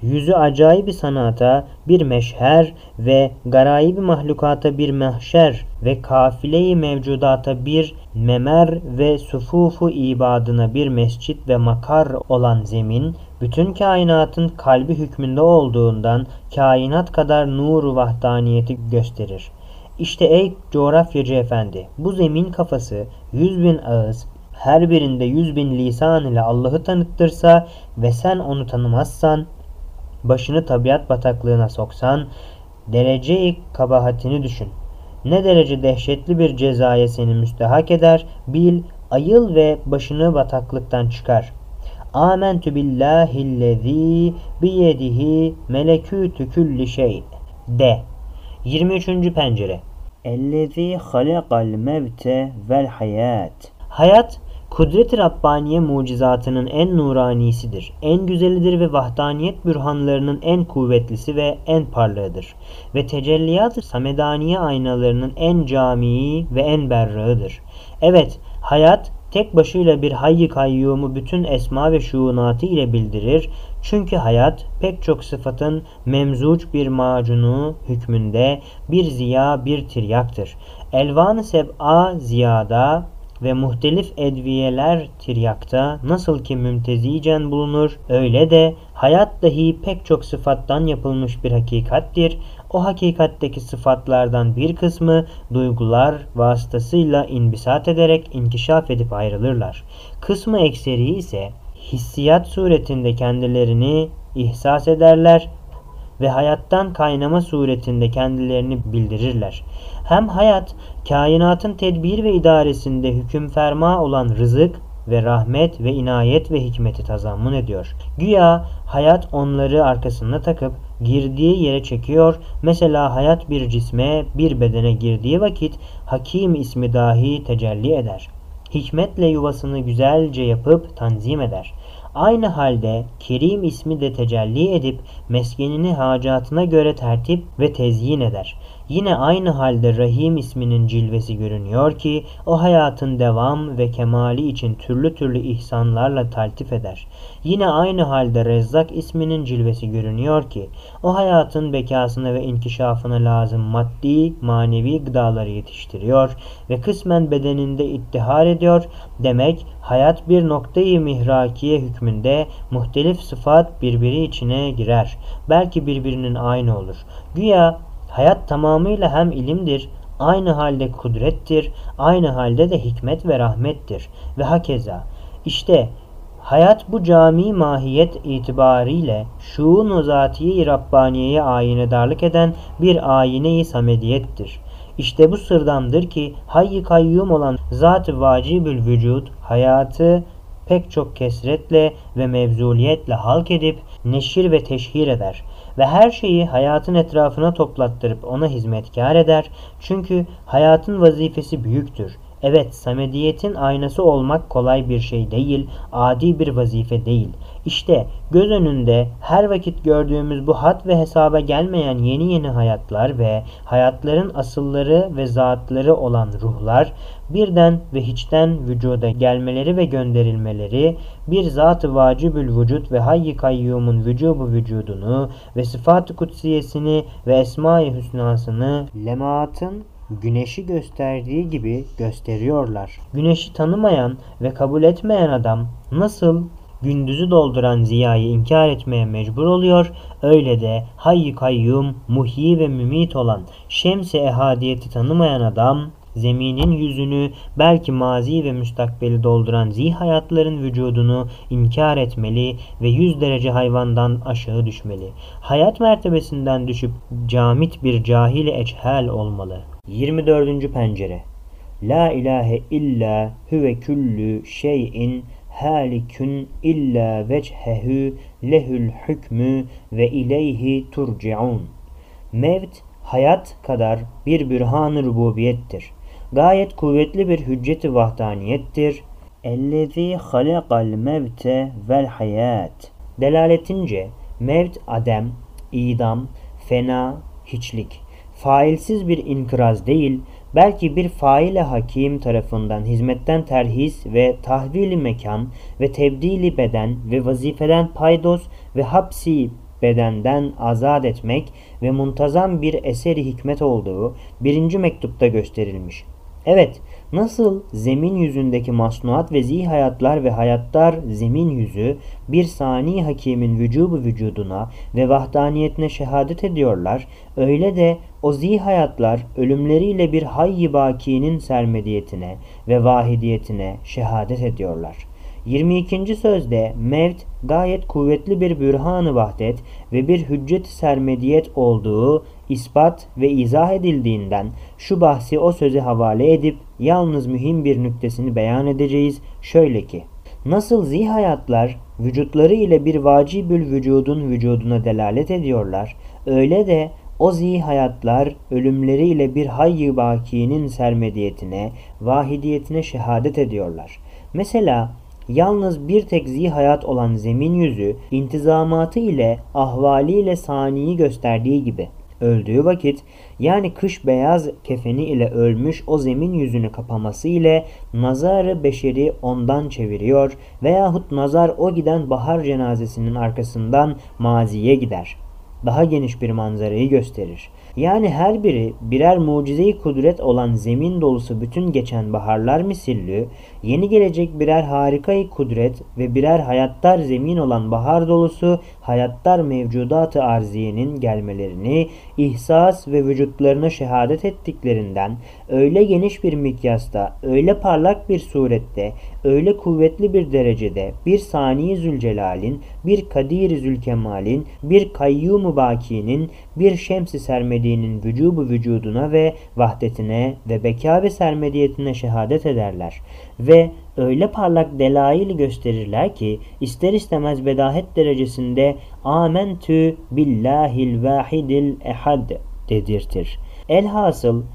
yüzü acayip bir sanata bir meşher ve garayi bir mahlukata bir mahşer ve kafile-i mevcudata bir memer ve sufufu ibadına bir mescit ve makar olan zemin, bütün kainatın kalbi hükmünde olduğundan kainat kadar nuru vahdaniyeti gösterir. İşte ey coğrafyacı efendi, bu zemin kafası yüz bin ağız, her birinde yüz bin lisan ile Allah'ı tanıttırsa ve sen onu tanımazsan, başını tabiat bataklığına soksan, derece-i kabahatini düşün. Ne derece dehşetli bir cezaya seni müstehak eder, bil, ayıl ve başını bataklıktan çıkar. Âmentü billâhillezî biyedihi melekûtü külli şey. De. yirmi üçüncü pencere. Ellezî halakal mevte vel hayat. Hayat, kudret-i Rabbaniye mucizatının en nuranisidir, en güzelidir ve vahdaniyet bürhanlarının en kuvvetlisi ve en parlağıdır. Ve tecelliyat-ı samedaniye aynalarının en camii ve en berrağıdır. Evet, hayat tek başıyla bir hayy-i kayyumu bütün esma ve şuunatı ile bildirir. Çünkü hayat pek çok sıfatın memzuç bir macunu hükmünde bir ziya bir tiryaktır. Elvan-ı seb'a ziyada ve muhtelif edviyeler tiryakta nasıl ki mümtezicen bulunur, öyle de hayat dahi pek çok sıfattan yapılmış bir hakikattir. O hakikatteki sıfatlardan bir kısmı duygular vasıtasıyla inbisat ederek inkişaf edip ayrılırlar. Kısmı ekseri ise hissiyat suretinde kendilerini ihsas ederler ve hayattan kaynama suretinde kendilerini bildirirler. Hem hayat, kainatın tedbir ve idaresinde hüküm ferma olan rızık ve rahmet ve inayet ve hikmeti tazammun ediyor. Güya hayat onları arkasına takıp girdiği yere çekiyor. Mesela hayat bir cisme, bir bedene girdiği vakit Hakim ismi dahi tecelli eder. Hikmetle yuvasını güzelce yapıp tanzim eder. Aynı halde Kerim ismi de tecelli edip meskenini hacatına göre tertip ve tezyin eder. Yine aynı halde Rahim isminin cilvesi görünüyor ki o hayatın devam ve kemali için türlü türlü ihsanlarla taltif eder. Yine aynı halde Rezzak isminin cilvesi görünüyor ki o hayatın bekasına ve inkişafına lazım maddi, manevi gıdaları yetiştiriyor ve kısmen bedeninde ittihar ediyor. Demek hayat bir noktayı mihrakiye hükmünde muhtelif sıfat birbiri içine girer. Belki birbirinin aynı olur. Güya hayat tamamıyla hem ilimdir, aynı halde kudrettir, aynı halde de hikmet ve rahmettir ve hakeza. İşte hayat bu cami mahiyet itibariyle şuun-u zatiye-i Rabbaniye'ye ayinedarlık eden bir ayine-i samediyettir. İşte bu sırdandır ki hayy-i kayyum olan zat-ı vacibül vücud hayatı pek çok kesretle ve mevzuliyetle halk edip neşir ve teşhir eder ve her şeyi hayatın etrafına toplattırıp ona hizmetkar eder. Çünkü hayatın vazifesi büyüktür. Evet, samediyetin aynası olmak kolay bir şey değil, adi bir vazife değil. İşte göz önünde her vakit gördüğümüz bu had ve hesaba gelmeyen yeni yeni hayatlar ve hayatların asılları ve zatları olan ruhlar, birden ve hiçten vücuda gelmeleri ve gönderilmeleri, bir zat-ı vacibül vücut ve hayy-i kayyumun vücubu vücudunu ve sıfat-ı kutsiyesini ve esma-i hüsnasını lemaatın güneşi gösterdiği gibi gösteriyorlar. Güneşi tanımayan ve kabul etmeyen adam nasıl gündüzü dolduran ziyayı inkar etmeye mecbur oluyor, öyle de hayy-i kayyum, muhyi ve mümit olan şems-i ehadiyeti tanımayan adam zeminin yüzünü, belki mazi ve müstakbeli dolduran zihayatların vücudunu inkar etmeli ve yüz derece hayvandan aşağı düşmeli. Hayat mertebesinden düşüp camit bir cahil-i eçhel olmalı. yirmi dördüncü pencere. La ilahe illa huve küllü şeyin halikün illa vechehu lehül hükmü ve ileyhi turciun. Mevt, hayat kadar bir bürhan-ı rububiyettir. Gayet kuvvetli bir hüccet-i vahdaniyettir. Ellezî halakal mevte vel hayat. Delaletince mevt adem, idam, fena, hiçlik. Failsiz bir inkıraz değil, belki bir faile hakim tarafından hizmetten terhis ve tahvili mekan ve tebdili beden ve vazifeden paydos ve hapsi bedenden azat etmek ve muntazam bir eseri hikmet olduğu birinci mektupta gösterilmiş. Evet, nasıl zemin yüzündeki masnuat ve zihayatlar ve hayatlar zemin yüzü bir sani hakimin vücubu vücuduna ve vahdaniyetine şehadet ediyorlar, öyle de o zihayatlar ölümleriyle bir hayy-i bakinin sermediyetine ve vahidiyetine şehadet ediyorlar. yirmi ikinci sözde mevt gayet kuvvetli bir bürhan-ı vahdet ve bir hüccet-i sermediyet olduğu ispat ve izah edildiğinden şu bahsi o söze havale edip yalnız mühim bir nüktesini beyan edeceğiz. Şöyle ki, nasıl zihayatlar vücutları ile bir vacibül vücudun vücuduna delalet ediyorlar, öyle de o zihayatlar ölümleri ile bir hayy-i bakinin sermediyetine, vahidiyetine şehadet ediyorlar. Mesela yalnız bir tek zihayat olan zemin yüzü intizamatı ile ahvali ile saniyi gösterdiği gibi öldüğü vakit, yani kış beyaz kefeni ile ölmüş o zemin yüzünü kapaması ile nazar-ı beşeri ondan çeviriyor veyahut nazar o giden bahar cenazesinin arkasından maziye gider. Daha geniş bir manzarayı gösterir. Yani her biri birer mucize-i kudret olan zemin dolusu bütün geçen baharlar misillü, yeni gelecek birer harika-i kudret ve birer hayattar zemin olan bahar dolusu hayattar mevcudat-ı arziyenin gelmelerini ihsas ve vücutlarına şehadet ettiklerinden öyle geniş bir mikyasta, öyle parlak bir surette, öyle kuvvetli bir derecede bir sani Zülcelal'in, bir Kadir-i Zülkemal'in, bir Kayyum-u Baki'nin, bir Şems-i Sermedi'nin vücubu vücuduna ve vahdetine ve beka ve sermediyetine şehadet ederler. Ve öyle parlak delail gösterirler ki ister istemez bedahet derecesinde amentü billahil vahidil ehad dedirtir. Elhasıl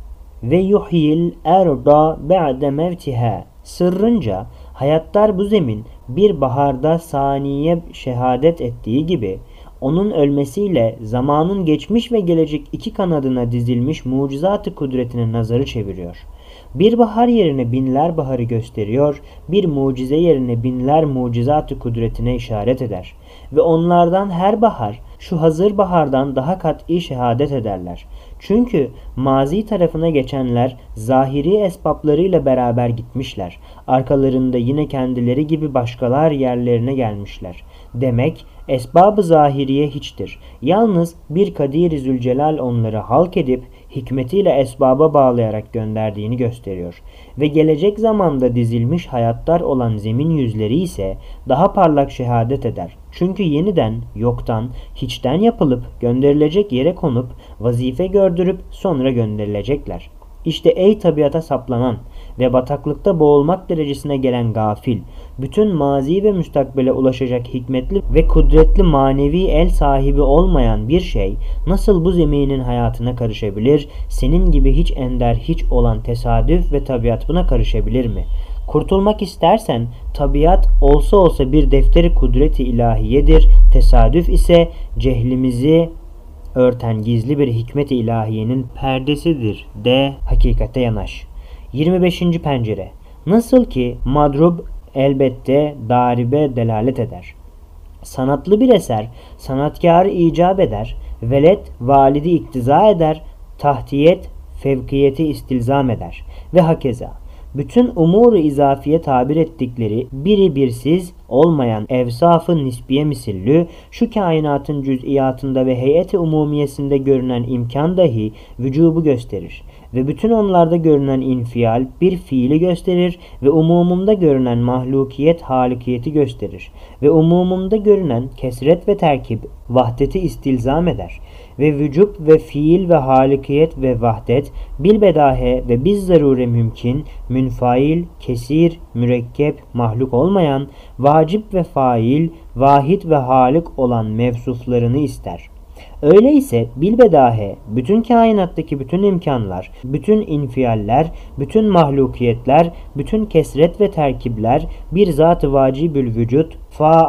ve yuhyil erda ba'de mevtiha, sırrınca hayatlar bu zemin bir baharda saniye şehadet ettiği gibi onun ölmesiyle zamanın geçmiş ve gelecek iki kanadına dizilmiş mucizat-ı kudretine nazarı çeviriyor. Bir bahar yerine binler baharı gösteriyor, bir mucize yerine binler mucizat-ı kudretine işaret eder. Ve onlardan her bahar şu hazır bahardan daha kat'i şehadet ederler. Çünkü mazi tarafına geçenler zahiri esbaplarıyla beraber gitmişler. Arkalarında yine kendileri gibi başkalar yerlerine gelmişler. Demek esbab-ı zahiriye hiçtir. Yalnız bir Kadir-i Zülcelal onları halk edip hikmetiyle esbaba bağlayarak gönderdiğini gösteriyor. Ve gelecek zamanda dizilmiş hayatlar olan zemin yüzleri ise daha parlak şehadet eder. Çünkü yeniden, yoktan, hiçten yapılıp gönderilecek yere konup vazife gördürüp sonra gönderilecekler. İşte ey tabiata saplanan ve bataklıkta boğulmak derecesine gelen gafil, bütün mazi ve müstakbele ulaşacak hikmetli ve kudretli manevi el sahibi olmayan bir şey nasıl bu zeminin hayatına karışabilir? Senin gibi hiç ender hiç olan tesadüf ve tabiat buna karışabilir mi? Kurtulmak istersen tabiat olsa olsa bir defteri kudreti ilahiyedir, tesadüf ise cehlimizi örten gizli bir hikmet-i ilahiyenin perdesidir de hakikate yanaş. yirmi beşinci pencere. Nasıl ki madrub elbette daribe delalet eder. Sanatlı bir eser sanatkarı icap eder, velet validi iktiza eder, tahtiyet fevkiyeti istilzam eder ve hakeza. Bütün umuru izafiye tabir ettikleri biri birsiz olmayan evsaf-ı nisbiye misillü şu kainatın cüz'iyatında ve heyet-i umumiyesinde görünen imkan dahi vücubu gösterir ve bütün onlarda görünen infial bir fiili gösterir ve umumunda görünen mahlukiyet halikiyeti gösterir ve umumunda görünen kesret ve terkib vahdeti istilzam eder ve vücub ve fiil ve halikiyet ve vahdet bilbedahe ve biz zarure mümkün, münfail, kesir, mürekkep, mahluk olmayan, vacip ve fail, vahid ve halik olan mevsuflarını ister. Öyleyse bilbedahe bütün kainattaki bütün imkanlar, bütün infialler, bütün mahlukiyetler, bütün kesret ve terkibler bir zat-ı vacibül vücut,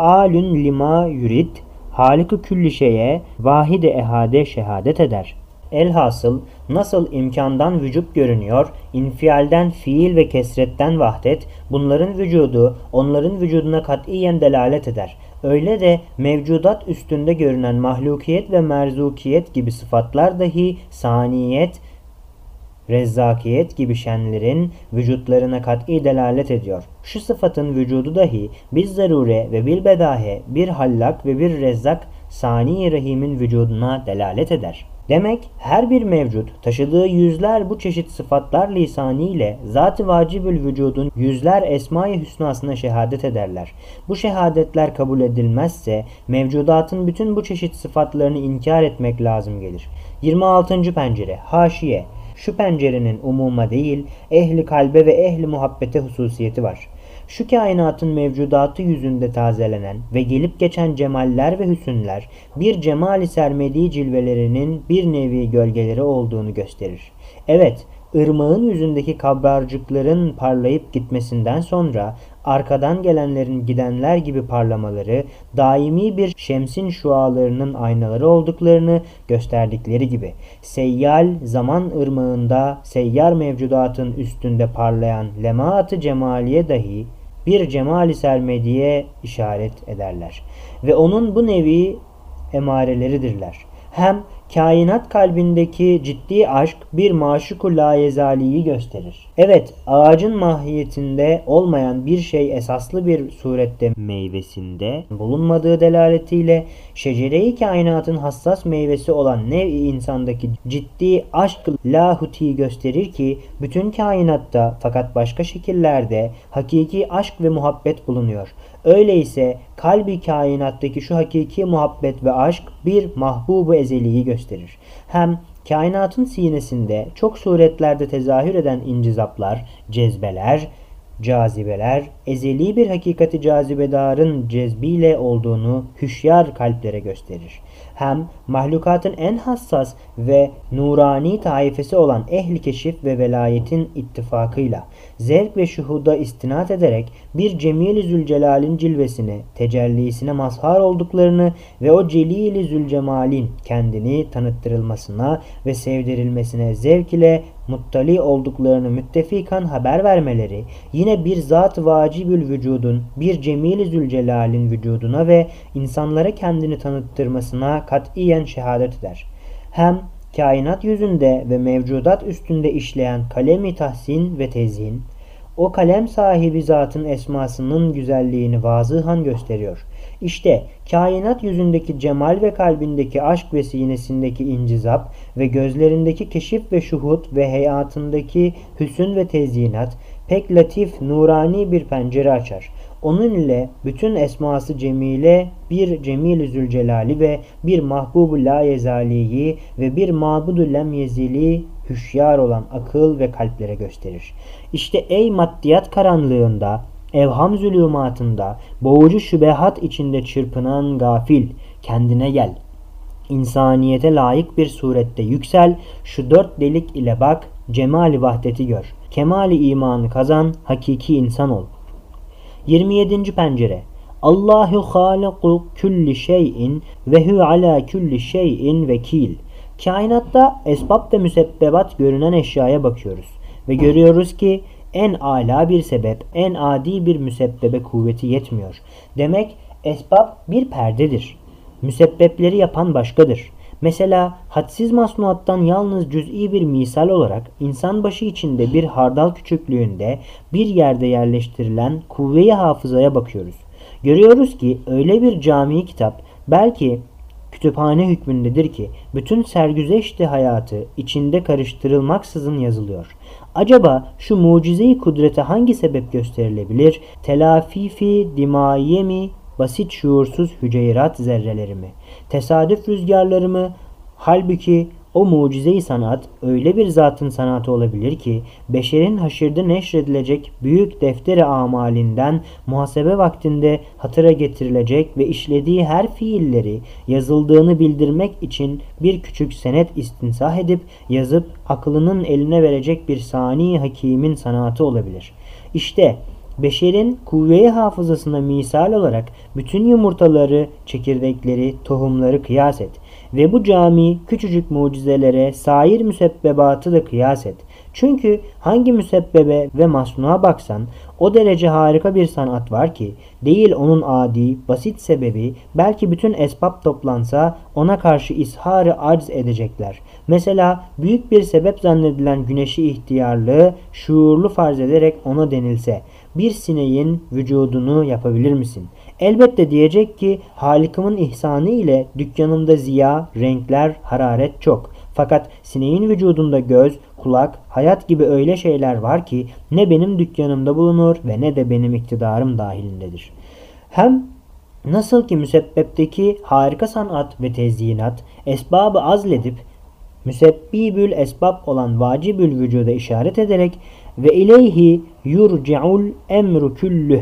faalün lima yurid, Halik-i külli şeye vahid-i ehade şehadet eder. Elhasıl nasıl imkandan vücut görünüyor, infialden fiil ve kesretten vahdet, bunların vücudu onların vücuduna katiyen delalet eder. Öyle de mevcudat üstünde görünen mahlukiyet ve merzukiyet gibi sıfatlar dahi saniyet, rezzakiyet gibi şenlerin vücutlarına kat'i delalet ediyor. Şu sıfatın vücudu dahi bir zarure ve bir bedahe, bir hallak ve bir rezzak sani rahimin vücuduna delalet eder. Demek her bir mevcut taşıdığı yüzler bu çeşit sıfatlar lisaniyle zat-ı vacibül vücudun yüzler esma-i hüsnasına şehadet ederler. Bu şehadetler kabul edilmezse mevcudatın bütün bu çeşit sıfatlarını inkar etmek lazım gelir. yirmi altıncı pencere Haşiye. Şu pencerenin umuma değil, ehli kalbe ve ehli muhabbete hususiyeti var. Şu kainatın mevcudatı yüzünde tazelenen ve gelip geçen cemaller ve hüsünler bir cemal-i sermedi cilvelerinin bir nevi gölgeleri olduğunu gösterir. Evet, ırmağın yüzündeki kabarcıkların parlayıp gitmesinden sonra arkadan gelenlerin gidenler gibi parlamaları daimi bir şemsin şualarının aynaları olduklarını gösterdikleri gibi seyyal zaman ırmağında seyyar mevcudatın üstünde parlayan lemaat-ı cemaliye dahi bir cemal-i sermediye işaret ederler ve onun bu nevi emareleridirler. Hem kainat kalbindeki ciddi aşk bir maşuk-u layezaliyi gösterir. Evet, ağacın mahiyetinde olmayan bir şey esaslı bir surette meyvesinde bulunmadığı delaletiyle şecere-i kainatın hassas meyvesi olan nev-i insandaki ciddi aşk lahuti gösterir ki bütün kainatta fakat başka şekillerde hakiki aşk ve muhabbet bulunuyor. Öyleyse kalbi kainattaki şu hakiki muhabbet ve aşk bir mahbub-u ezeliyi gösterir. Hem kainatın sinesinde çok suretlerde tezahür eden incizaplar, cezbeler, cazibeler, ezeli bir hakikati cazibedarın cezbiyle olduğunu hüşyar kalplere gösterir. Hem mahlukatın en hassas ve nurani taifesi olan ehli keşif ve velayetin ittifakıyla zevk ve şuhuda istinat ederek bir Cemil-i Zülcelal'in cilvesine, tecellisine mazhar olduklarını ve o Celil-i Zülcemal'in kendini tanıttırılmasına ve sevdirilmesine zevk ile muttali olduklarını müttefikan haber vermeleri yine bir zat-ı vacibül vücudun bir Cemil-i Zülcelal'in vücuduna ve insanlara kendini tanıttırmasına katiyen şehadet eder. Hem kainat yüzünde ve mevcudat üstünde işleyen kalem-i tahsin ve tezyin, o kalem sahibi zatın esmasının güzelliğini vazıhan gösteriyor. İşte kainat yüzündeki cemal ve kalbindeki aşk ve sinesindeki incizap ve gözlerindeki keşif ve şuhut ve hayatındaki hüsn ve tezyinat pek latif, nurani bir pencere açar. Onun ile bütün esması cemile bir Cemil-i Zülcelali ve bir Mahbub-u Layezali'yi ve bir Mabud-u Lemyezili hüşyar olan akıl ve kalplere gösterir. İşte ey maddiyat karanlığında, evham zulümatında, boğucu şübehat içinde çırpınan gafil, kendine gel. İnsaniyete layık bir surette yüksel, şu dört delik ile bak, cemali vahdeti gör. Kemali imanı kazan, hakiki insan ol. yirmi yedinci pencere Allahu hâliku külli şeyin ve hu ala külli şeyin vekil. Kainatta esbab ve müsebbebat görünen eşyaya bakıyoruz ve görüyoruz ki en âlâ bir sebep, en adi bir müsebbebe kuvveti yetmiyor. Demek esbab bir perdedir. Müsebbepleri yapan başkadır. Mesela hadsiz masnuattan yalnız cüz'i bir misal olarak insan başı içinde bir hardal küçüklüğünde bir yerde yerleştirilen kuvve-i hafızaya bakıyoruz. Görüyoruz ki öyle bir cami kitap belki kütüphane hükmündedir ki bütün sergüzeşti hayatı içinde karıştırılmaksızın yazılıyor. Acaba şu mucize-i kudrete hangi sebep gösterilebilir? Telafifi dimaiye mi? Basit şuursuz hüceyrat zerreleri mi? Tesadüf rüzgarları mı? Halbuki o mucize-i sanat öyle bir zatın sanatı olabilir ki beşerin haşirde neşredilecek büyük defteri amalinden muhasebe vaktinde hatıra getirilecek ve işlediği her fiilleri yazıldığını bildirmek için bir küçük senet istinsah edip yazıp aklının eline verecek bir sani hakimin sanatı olabilir. İşte beşerin kuvve-i hafızasına misal olarak bütün yumurtaları, çekirdekleri, tohumları kıyas et Ve bu cami küçücük mucizelere sair müsebbebatı da kıyas et. Çünkü hangi müsebbebe ve masnuğa baksan o derece harika bir sanat var ki değil onun adi, basit sebebi belki bütün esbab toplansa ona karşı ishar-ı acz edecekler. Mesela büyük bir sebep zannedilen güneşi ihtiyarlı, şuurlu farz ederek ona denilse bir sineğin vücudunu yapabilir misin? Elbette diyecek ki Halik'imin ihsanı ile dükkanımda ziya, renkler, hararet çok. Fakat sineğin vücudunda göz, kulak, hayat gibi öyle şeyler var ki ne benim dükkanımda bulunur ve ne de benim iktidarım dahilindedir. Hem nasıl ki müsebbepteki harika sanat ve tezyinat esbabı azledip müsebbibül esbab olan vacibül vücuda işaret ederek ve ileyhi yurci'ul emru küllüh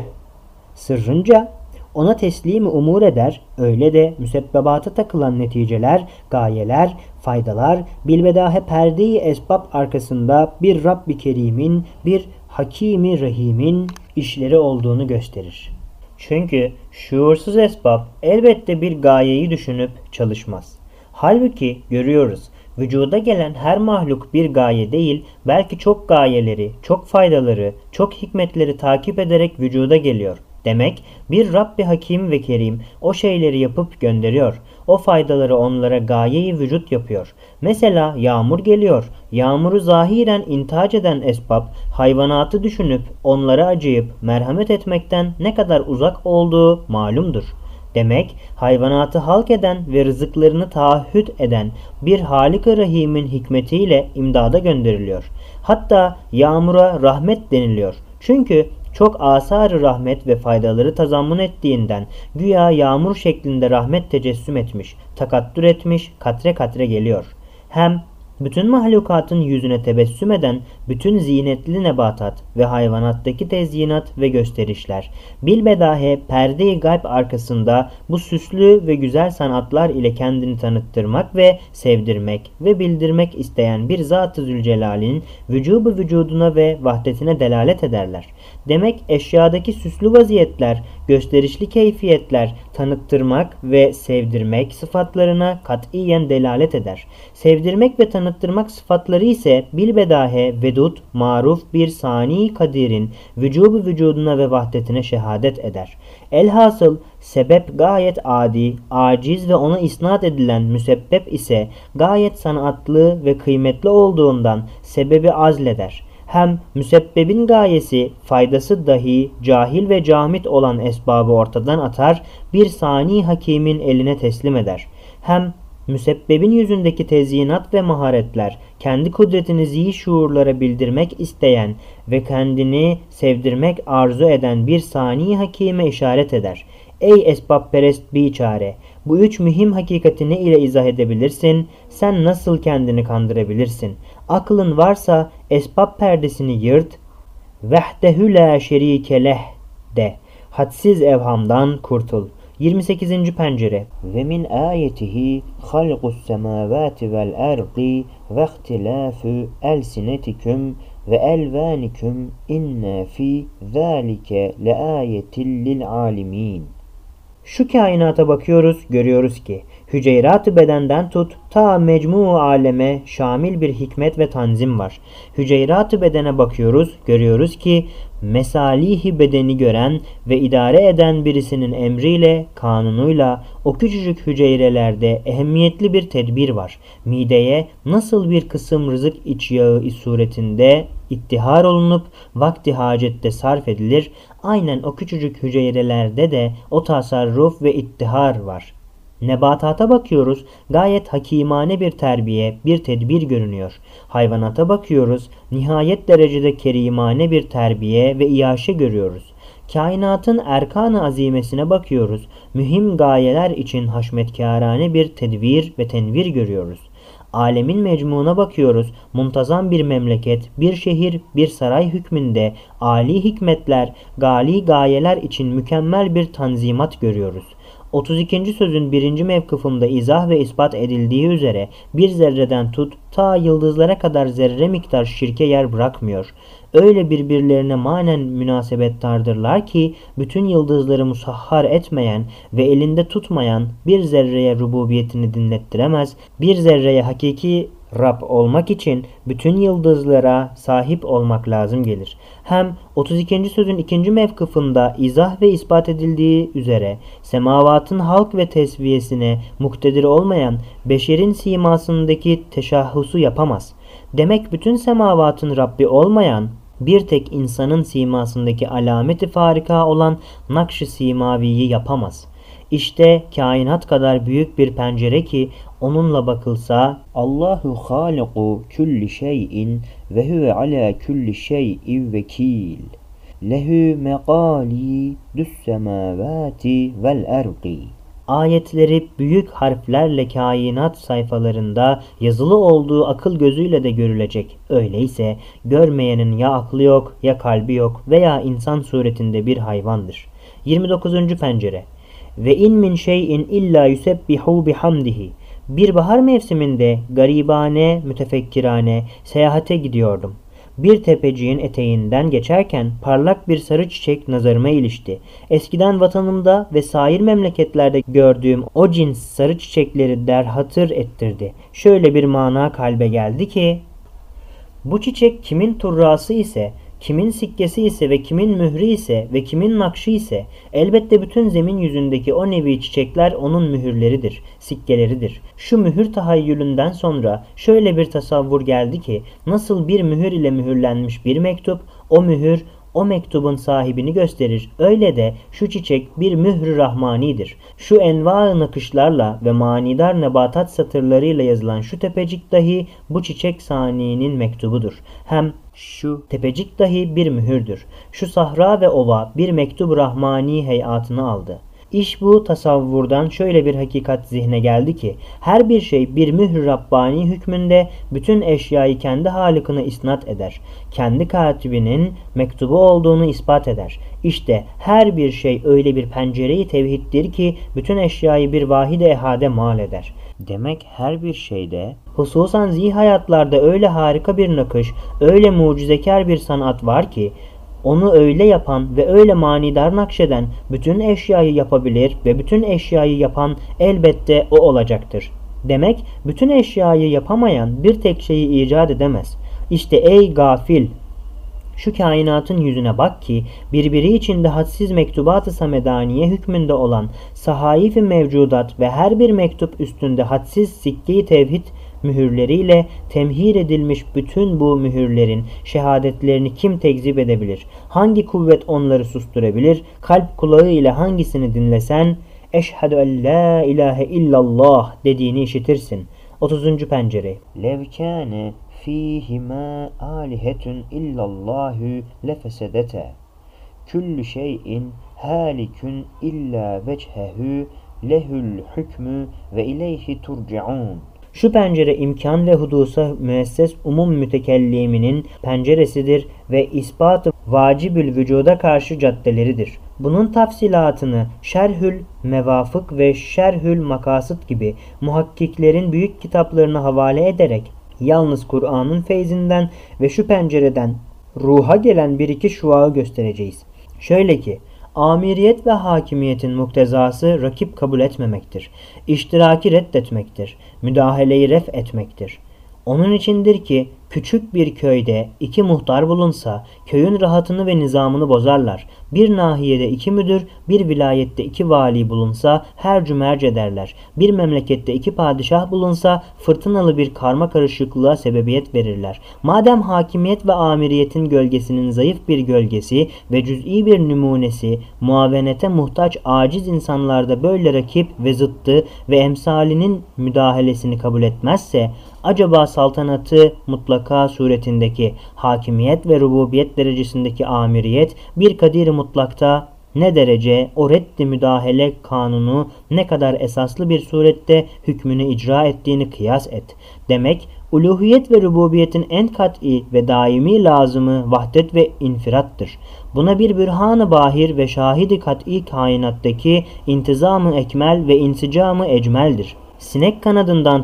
sırrınca ona teslim-i umur eder, öyle de müsebbebata takılan neticeler, gayeler, faydalar, bilbedahe perde-i esbab arkasında bir Rabb-i Kerim'in, bir Hakim-i Rahim'in işleri olduğunu gösterir. Çünkü şuursuz esbab elbette bir gayeyi düşünüp çalışmaz. Halbuki görüyoruz, vücuda gelen her mahluk bir gaye değil, belki çok gayeleri, çok faydaları, çok hikmetleri takip ederek vücuda geliyor. Demek bir Rabbi Hakim ve Kerim o şeyleri yapıp gönderiyor. O faydaları onlara gaye-i vücut yapıyor. Mesela yağmur geliyor. Yağmuru zahiren intihac eden esbab hayvanatı düşünüp onlara acıyıp merhamet etmekten ne kadar uzak olduğu malumdur. Demek hayvanatı halk eden ve rızıklarını taahhüt eden bir Halik-i Rahim'in hikmetiyle imdada gönderiliyor. Hatta yağmura rahmet deniliyor. Çünkü çok asar-ı rahmet ve faydaları tazammun ettiğinden güya yağmur şeklinde rahmet tecessüm etmiş, takattür etmiş, katre katre geliyor. Hem bütün mahlukatın yüzüne tebessüm eden bütün zinetli nebatat ve hayvanattaki tezyinat ve gösterişler, bilbedahe perde-i gayb arkasında bu süslü ve güzel sanatlar ile kendini tanıttırmak ve sevdirmek ve bildirmek isteyen bir Zat-ı Zülcelal'in vücubu vücuduna ve vahdetine delalet ederler. Demek eşyadaki süslü vaziyetler, gösterişli keyfiyetler tanıttırmak ve sevdirmek sıfatlarına katiyen delalet eder. Sevdirmek ve tanıttırmak sıfatları ise bilbedahe vedud, maruf bir sani kadirin vücubu vücuduna ve vahdetine şehadet eder. Elhasıl sebep gayet adi, aciz ve ona isnat edilen müsebbep ise gayet sanatlı ve kıymetli olduğundan sebebi azleder. Hem müsebbebin gayesi, faydası dahi cahil ve camit olan esbabı ortadan atar, bir sani hakimin eline teslim eder. Hem müsebbebin yüzündeki tezyinat ve maharetler, kendi kudretini zî şuurlara bildirmek isteyen ve kendini sevdirmek arzu eden bir sani hakime işaret eder. Ey esbabperest biçare! Bu üç mühim hakikati ne ile izah edebilirsin? Sen nasıl kendini kandırabilirsin? Aklın varsa esbab perdesini yırt, vehdehu la şerike leh de. Hadsiz evhamdan kurtul. yirmi sekizinci pencere. Ve min ayetihi halqus semavati vel ardi ve ihtilafu elsinetikum ve elvanikum inne fi zalike leayetin lil alimin. Şu kainata bakıyoruz, görüyoruz ki hüceyrat-ı bedenden tut ta mecmu aleme şamil bir hikmet ve tanzim var. Hüceyrat-ı bedene bakıyoruz, görüyoruz ki mesalihi bedeni gören ve idare eden birisinin emriyle, kanunuyla o küçücük hücrelerde ehemmiyetli bir tedbir var. Mideye nasıl bir kısım rızık iç yağı suretinde ittihar olunup vakti hacette sarf edilir, aynen o küçücük hücrelerde de o tasarruf ve ittihar var. Nebatata bakıyoruz, gayet hakimane bir terbiye, bir tedbir görünüyor. Hayvanata bakıyoruz, nihayet derecede kerimane bir terbiye ve iaşe görüyoruz. Kainatın erkan-ı azimesine bakıyoruz, mühim gayeler için haşmetkârane bir tedbir ve tenvir görüyoruz. Alemin mecmuuna bakıyoruz, muntazam bir memleket, bir şehir, bir saray hükmünde âli hikmetler, gali gayeler için mükemmel bir tanzimat görüyoruz. otuz ikinci sözün birinci mevkıfında izah ve ispat edildiği üzere bir zerreden tut ta yıldızlara kadar zerre miktar şirke yer bırakmıyor. öyle birbirlerine manen münasebettardırlar ki bütün yıldızları musahhar etmeyen ve elinde tutmayan bir zerreye rububiyetini dinlettiremez, bir zerreye hakiki Rab olmak için bütün yıldızlara sahip olmak lazım gelir. Hem otuz ikinci sözün ikinci mevkıfında izah ve ispat edildiği üzere semavatın halk ve tesviyesine muktedir olmayan beşerin simasındaki teşahhusu yapamaz. Demek bütün semavatın Rabbi olmayan bir tek insanın simasındaki alameti farika olan nakş-ı simaviyi yapamaz. İşte kainat kadar büyük bir pencere ki onunla bakılsa Allahu haliku kulli şeyin ve huve ala kulli şeyin vekil. Lehu meqali dus semavati vel erdi. Ayetleri büyük harflerle kainat sayfalarında yazılı olduğu akıl gözüyle de görülecek. Öyleyse görmeyenin ya aklı yok ya kalbi yok veya insan suretinde bir hayvandır. yirmi dokuzuncu pencere. Ve in min şeyin illa yusebbihu bihamdihi. Bir bahar mevsiminde garibane, mütefekkirane seyahate gidiyordum. Bir tepeciğin eteğinden geçerken parlak bir sarı çiçek nazarıma ilişti. Eskiden vatanımda ve sair memleketlerde gördüğüm o cins sarı çiçekleri derhatır ettirdi. Şöyle bir mana kalbe geldi ki, bu çiçek kimin turrası ise, kimin sikkesi ise ve kimin mührü ise ve kimin nakşı ise elbette bütün zemin yüzündeki o nevi çiçekler onun mühürleridir, sikkeleridir. Şu mühür tahayyülünden sonra şöyle bir tasavvur geldi ki nasıl bir mühür ile mühürlenmiş bir mektup o mühür o mektubun sahibini gösterir. Öyle de şu çiçek bir mührü rahmanidir. Şu enva-ı nakışlarla ve manidar nebatat satırlarıyla yazılan şu tepecik dahi bu çiçek saniyinin mektubudur. Hem şu tepecik dahi bir mühürdür. Şu sahra ve ova bir mektup rahmani heyatını aldı. İş bu tasavvurdan şöyle bir hakikat zihne geldi ki her bir şey bir mühr Rabbani hükmünde bütün eşyayı kendi halikine isnat eder. Kendi katibinin mektubu olduğunu ispat eder. İşte her bir şey öyle bir pencere-i tevhiddir ki bütün eşyayı bir vahide ehade mal eder. Demek her bir şeyde hususan zihayatlarda öyle harika bir nakış, öyle mucizekar bir sanat var ki onu öyle yapan ve öyle manidar nakşeden bütün eşyayı yapabilir ve bütün eşyayı yapan elbette o olacaktır. Demek bütün eşyayı yapamayan bir tek şeyi icat edemez. İşte ey gafil! Şu kainatın yüzüne bak ki birbiri içinde hadsiz mektubat-ı samedaniye hükmünde olan sahaif-i mevcudat ve her bir mektup üstünde hadsiz sikke-i tevhid mühürleriyle temhir edilmiş bütün bu mühürlerin şehadetlerini kim tekzip edebilir? Hangi kuvvet onları susturabilir? Kalp kulağı ile hangisini dinlesen eşhedü en la ilahe illallah dediğini işitirsin. otuzuncu pencere. Levkâne fîhimâ âlihetun illallâhü lefesedete. Küllü şeyin hâlikün illa vechehu lehül hükmü ve ileyhi turcaun. Şu pencere imkan ve hudusa müesses umum mütekelliminin penceresidir ve ispat-ı vacibül vücuda karşı caddeleridir. Bunun tafsilatını Şerhül Mevafık ve Şerhül Makasıt gibi muhakkiklerin büyük kitaplarına havale ederek yalnız Kur'an'ın feyzinden ve şu pencereden ruha gelen bir iki şuağı göstereceğiz. Şöyle ki amiriyet ve hakimiyetin muktezası rakip kabul etmemektir. İştiraki reddetmektir. Müdahaleyi ref etmektir. Onun içindir ki küçük bir köyde iki muhtar bulunsa köyün rahatını ve nizamını bozarlar. Bir nahiyede iki müdür, bir vilayette iki vali bulunsa her cümerc ederler. Bir memlekette iki padişah bulunsa fırtınalı bir karma karışıklığa sebebiyet verirler. Madem hakimiyet ve amiriyetin gölgesinin zayıf bir gölgesi ve cüz'i bir nümunesi muavenete muhtaç aciz insanlarda böyle rakip ve zıttı ve emsalinin müdahalesini kabul etmezse acaba saltanatı mutlaka suretindeki hakimiyet ve rububiyet derecesindeki amiriyet bir kadir mutlakta ne derece o reddi müdahale kanunu ne kadar esaslı bir surette hükmünü icra ettiğini kıyas et. Demek uluhiyet ve rububiyetin en kat'i ve daimi lazımı vahdet ve infirattır. Buna bir bürhan-ı bahir ve şahidi kat'i kainattaki intizam-ı ekmel ve insicam-ı ecmeldir. Sinek kanadından tut,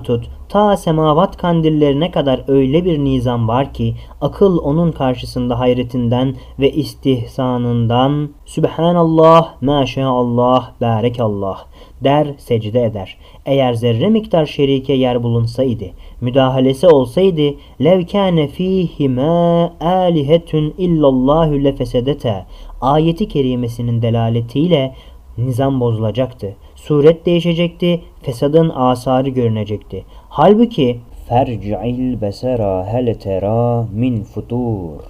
Ta semavat kandillerine kadar öyle bir nizam var ki akıl onun karşısında hayretinden ve istihsanından Sübhanallah, Maşallah, Barekallah der, secde eder. Eğer zerre miktar şerike yer bulunsaydı, müdahalesi olsaydı, lev kâne fîhimâ âlihetun illallâhu lefesedete ayeti kerimesinin delaletiyle nizam bozulacaktı. Suret değişecekti, fesadın asarı görünecekti. Halbuki ferci'il besara hel tera min futur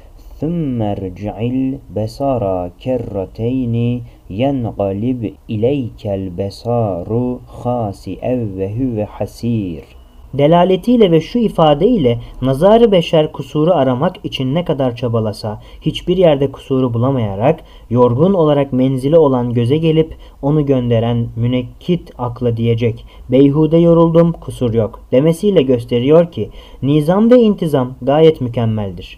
thumma rci'il besara kerrateyni yenqalib ileykel besaru khasi'ev ve huve hasir. Delaletiyle ve şu ifadeyle nazar-ı beşer kusuru aramak için ne kadar çabalasa hiçbir yerde kusuru bulamayarak yorgun olarak menzili olan göze gelip onu gönderen münekkit akla diyecek beyhude yoruldum kusur yok demesiyle gösteriyor ki nizam ve intizam gayet mükemmeldir.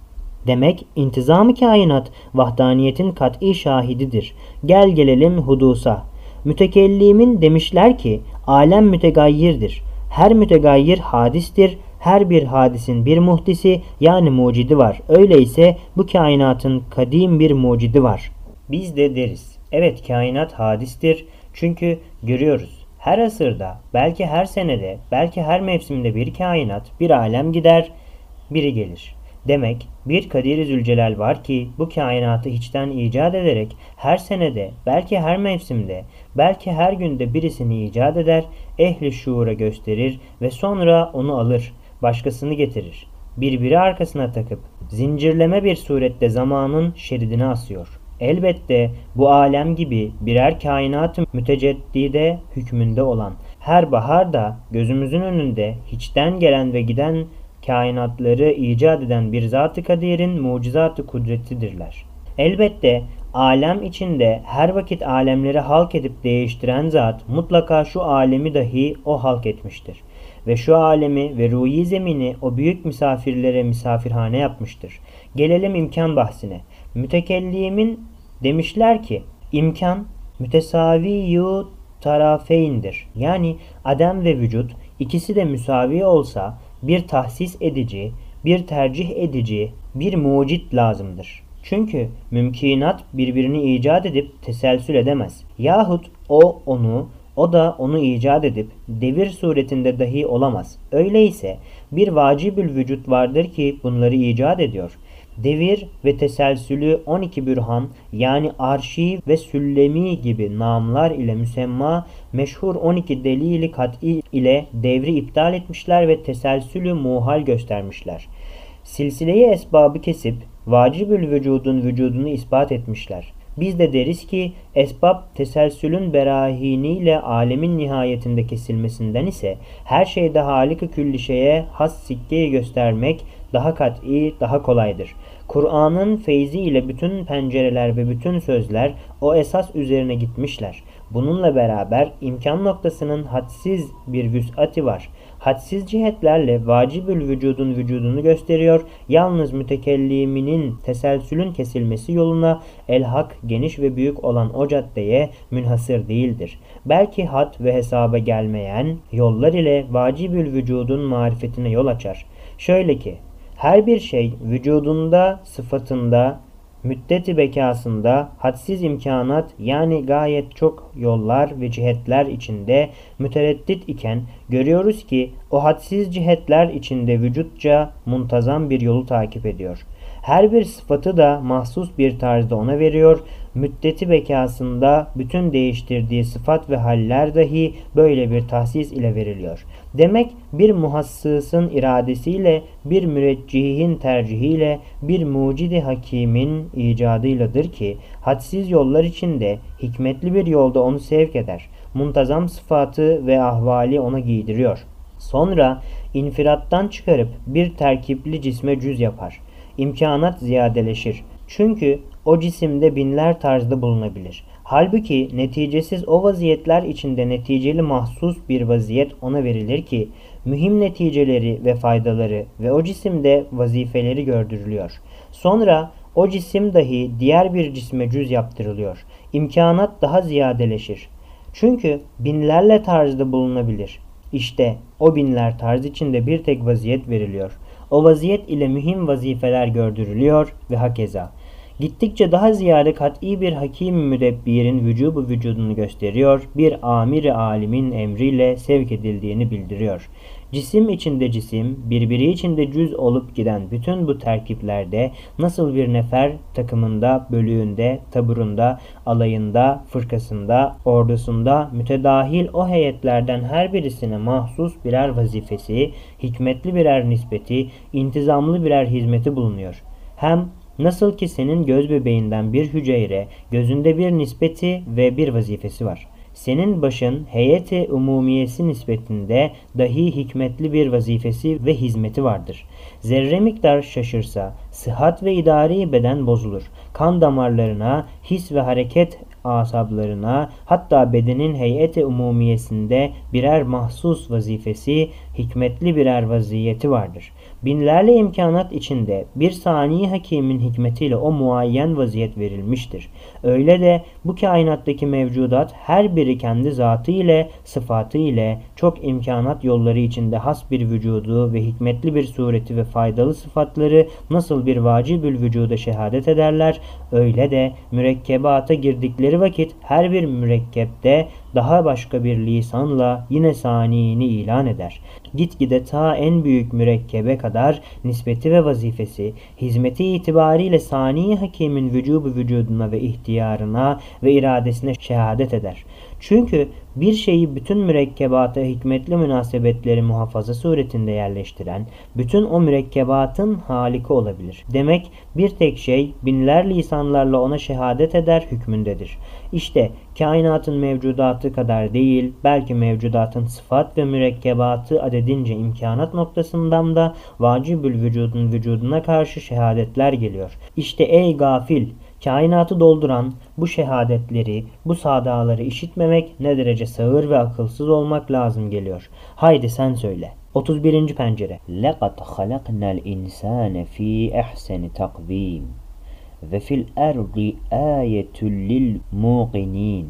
Demek intizam-ı kainat vahdaniyetin kat'i şahididir. Gel gelelim hudusa. Mütekellimin demişler ki alem mütegayyirdir. Her mütegayyir hadistir. Her bir hadisin bir muhdisi yani mucidi var. Öyleyse bu kainatın kadim bir mucidi var. Biz de deriz. Evet kainat hadistir. Çünkü görüyoruz. Her asırda, belki her senede, belki her mevsimde bir kainat, bir alem gider, biri gelir. Demek bir Kadir-i Zülcelal var ki bu kainatı hiçten icat ederek her senede, belki her mevsimde, belki her günde birisini icat eder, ehli şuura gösterir ve sonra onu alır, başkasını getirir. Birbiri arkasına takıp zincirleme bir surette zamanın şeridine asıyor. Elbette bu alem gibi birer kainat-ı müteceddide hükmünde olan her baharda gözümüzün önünde hiçten gelen ve giden kainatları icat eden bir Zat-ı Kadir'in mucizat-ı kudretidirler. Elbette alem içinde her vakit alemleri halk edip değiştiren zat mutlaka şu alemi dahi o halk etmiştir. Ve şu alemi ve ruhi zemini o büyük misafirlere misafirhane yapmıştır. Gelelim imkan bahsine. Mütekellimin demişler ki imkan mütesaviyu tarafeyndir. Yani adem ve vücut ikisi de müsavi olsa bir tahsis edici, bir tercih edici, bir mucit lazımdır. Çünkü mümkinat birbirini icat edip teselsül edemez. Yahut o onu, o da onu icat edip devir suretinde dahi olamaz. Öyleyse bir vacibül vücut vardır ki bunları icat ediyor. Devir ve teselsülü on iki bürhan yani arşi ve süllemi gibi namlar ile müsemma meşhur on iki delili kat'i ile devri iptal etmişler ve teselsülü muhal göstermişler. Silsileyi esbabı kesip vacibül vücudun vücudunu ispat etmişler. Biz de deriz ki esbab teselsülün berahiniyle alemin nihayetinde kesilmesinden ise her şeyde Halik-i külli şeye has sikkeyi göstermek daha kat'i, daha kolaydır. Kur'an'ın feyzi ile bütün pencereler ve bütün sözler o esas üzerine gitmişler. Bununla beraber imkan noktasının hadsiz bir vüs'ati var. Hadsiz cihetlerle vacibül vücudun vücudunu gösteriyor. Yalnız mütekelliminin teselsülün kesilmesi yoluna el-hak geniş ve büyük olan o caddeye münhasır değildir. Belki had ve hesaba gelmeyen yollar ile vacibül vücudun marifetine yol açar. Şöyle ki her bir şey vücudunda, sıfatında, müddeti bekasında, hadsiz imkanat yani gayet çok yollar ve cihetler içinde mütereddit iken görüyoruz ki o hadsiz cihetler içinde vücutça muntazam bir yolu takip ediyor. Her bir sıfatı da mahsus bir tarzda ona veriyor. Müddeti bekasında bütün değiştirdiği sıfat ve haller dahi böyle bir tahsis ile veriliyor. Demek bir muhassısın iradesiyle, bir müreccihin tercihiyle, bir mucidi hakimin icadıyladır ki hadsiz yollar içinde hikmetli bir yolda onu sevk eder. Muntazam sıfatı ve ahvali ona giydiriyor. Sonra infirattan çıkarıp bir terkipli cisme cüz yapar. İmkanat ziyadeleşir. Çünkü o cisimde binler tarzda bulunabilir. Halbuki neticesiz o vaziyetler içinde neticeli mahsus bir vaziyet ona verilir ki mühim neticeleri ve faydaları ve o cisimde vazifeleri gördürülüyor. Sonra o cisim dahi diğer bir cisme cüz yaptırılıyor. İmkanat daha ziyadeleşir. Çünkü binlerle tarzda bulunabilir. İşte o binler tarz içinde bir tek vaziyet veriliyor. O vaziyet ile mühim vazifeler gördürülüyor ve hakeza. Gittikçe daha ziyade kat'i bir hakim müdebbirin vücubu vücudunu gösteriyor, bir amir-i alimin emriyle sevk edildiğini bildiriyor. Cisim içinde cisim, birbiri içinde cüz olup giden bütün bu terkiplerde nasıl bir nefer takımında, bölüğünde, taburunda, alayında, fırkasında, ordusunda mütedahil o heyetlerden her birisine mahsus birer vazifesi, hikmetli birer nispeti, intizamlı birer hizmeti bulunuyor. Hem nasıl ki senin göz bebeğinden bir hücre, gözünde bir nispeti ve bir vazifesi var. Senin başın heyeti umumiyesi nispetinde dahi hikmetli bir vazifesi ve hizmeti vardır. Zerre miktar şaşırsa, sıhhat ve idari beden bozulur. Kan damarlarına, his ve hareket asablarına, hatta bedenin heyeti umumiyesinde birer mahsus vazifesi, hikmetli birer vaziyeti vardır. Binlerle imkanat içinde bir sani hakimin hikmetiyle o muayyen vaziyet verilmiştir. Öyle de bu kainattaki mevcudat her biri kendi zatı ile, sıfatı ile çok imkanat yolları içinde has bir vücudu ve hikmetli bir sureti ve faydalı sıfatları nasıl bir vacibül vücuda şehadet ederler, öyle de mürekkebata girdikleri vakit her bir mürekkepte daha başka bir lisanla yine saniini ilan eder. Gitgide ta en büyük mürekkebe kadar nispeti ve vazifesi, hizmeti itibariyle sani hakimin vücubu vücuduna ve ihtiyarına ve iradesine şehadet eder. Çünkü bir şeyi bütün mürekkebata hikmetli münasebetleri muhafaza suretinde yerleştiren, bütün o mürekkebatın haliki olabilir. Demek bir tek şey binler lisanlarla ona şehadet eder hükmündedir. İşte kainatın mevcudatı kadar değil, belki mevcudatın sıfat ve mürekkebatı adedince imkanat noktasından da vacibül vücudun vücuduna karşı şehadetler geliyor. İşte ey gafil! Kainatı dolduran bu şehadetleri, bu sadaları işitmemek ne derece sağır ve akılsız olmak lazım geliyor. Haydi sen söyle. otuz birinci pencere. لَقَدْ خَلَقْنَا الْاِنْسَانَ ف۪ي اَحْسَنِ تَقْو۪يمٍ وَفِي الْاَرْضِ آيَةٌ لِلْمُوقِن۪ينَ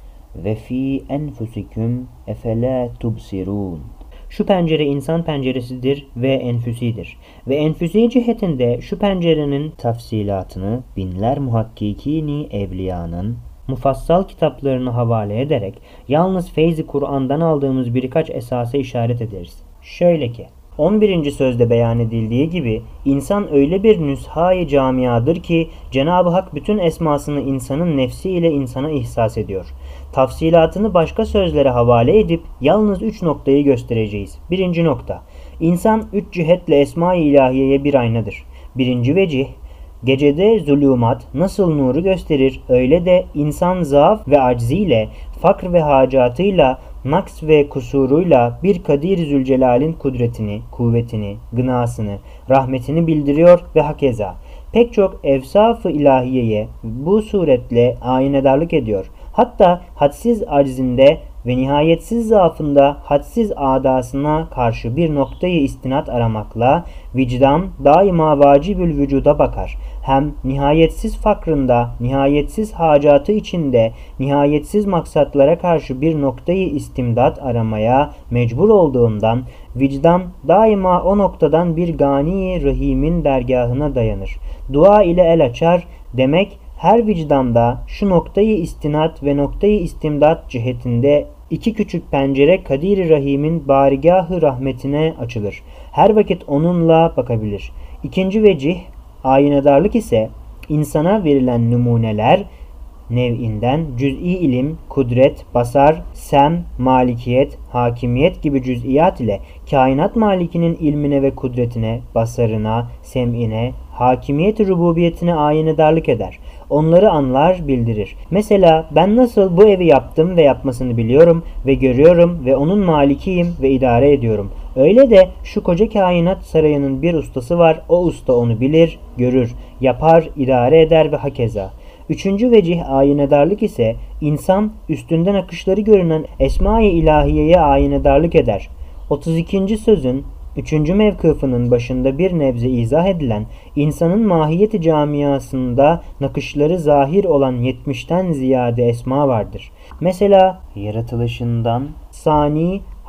وَف۪ي اَنْفُسِكُمْ اَفَلَا تُبْصِرُونَ. Şu pencere insan penceresidir ve enfüsidir. Ve enfüsi cihetinde şu pencerenin tafsilatını binler muhakkikini evliyanın mufassal kitaplarını havale ederek yalnız feyzi Kur'an'dan aldığımız birkaç esasa işaret ederiz. Şöyle ki, on birinci sözde beyan edildiği gibi insan öyle bir nüshâ-i camiadır ki Cenab-ı Hak bütün esmasını insanın nefsi ile insana ihsas ediyor. Tafsilatını başka sözlere havale edip yalnız üç noktayı göstereceğiz. Birinci nokta, İnsan üç cihetle esma-i ilahiyeye bir aynadır. Birinci vecih, gecede zulümat nasıl nuru gösterir, öyle de insan zaaf ve acziyle, fakr ve hacatıyla, naks ve kusuruyla bir Kadir Zülcelal'in kudretini, kuvvetini, gınasını, rahmetini bildiriyor ve hakeza. Pek çok evsaf-ı ilahiyeye bu suretle aynedarlık ediyor. Hatta hadsiz aczinde ve nihayetsiz zaafında hadsiz adasına karşı bir noktayı istinat aramakla vicdan daima vacibül vücuda bakar. Hem nihayetsiz fakrında, nihayetsiz hacatı içinde, nihayetsiz maksatlara karşı bir noktayı istimdat aramaya mecbur olduğundan vicdan daima o noktadan bir gani rahimin dergahına dayanır. Dua ile el açar demek her vicdanda şu noktayı istinat ve noktayı istimdat cihetinde iki küçük pencere Kadir-i Rahim'in barigahı rahmetine açılır. Her vakit onunla bakabilir. İkinci vecih, aynedarlık ise insana verilen numuneler nev'inden cüz'i ilim, kudret, basar, sem, malikiyet, hakimiyet gibi cüz'iyat ile kainat malikinin ilmine ve kudretine, basarına, sem'ine, hakimiyet-i rububiyetine aynedarlık eder. Onları anlar, bildirir. Mesela ben nasıl bu evi yaptım ve yapmasını biliyorum ve görüyorum ve onun malikiyim ve idare ediyorum. Öyle de şu koca kainat sarayının bir ustası var. O usta onu bilir, görür, yapar, idare eder ve hakeza. Üçüncü vecih aynedarlık ise insan üstünden akışları görünen esma-i ilahiyeye aynedarlık eder. otuz ikinci sözün üçüncü mevkıfının başında bir nebze izah edilen insanın mahiyeti camiasında nakışları zahir olan yetmişten ziyade esma vardır. Mesela yaratılışından, sani,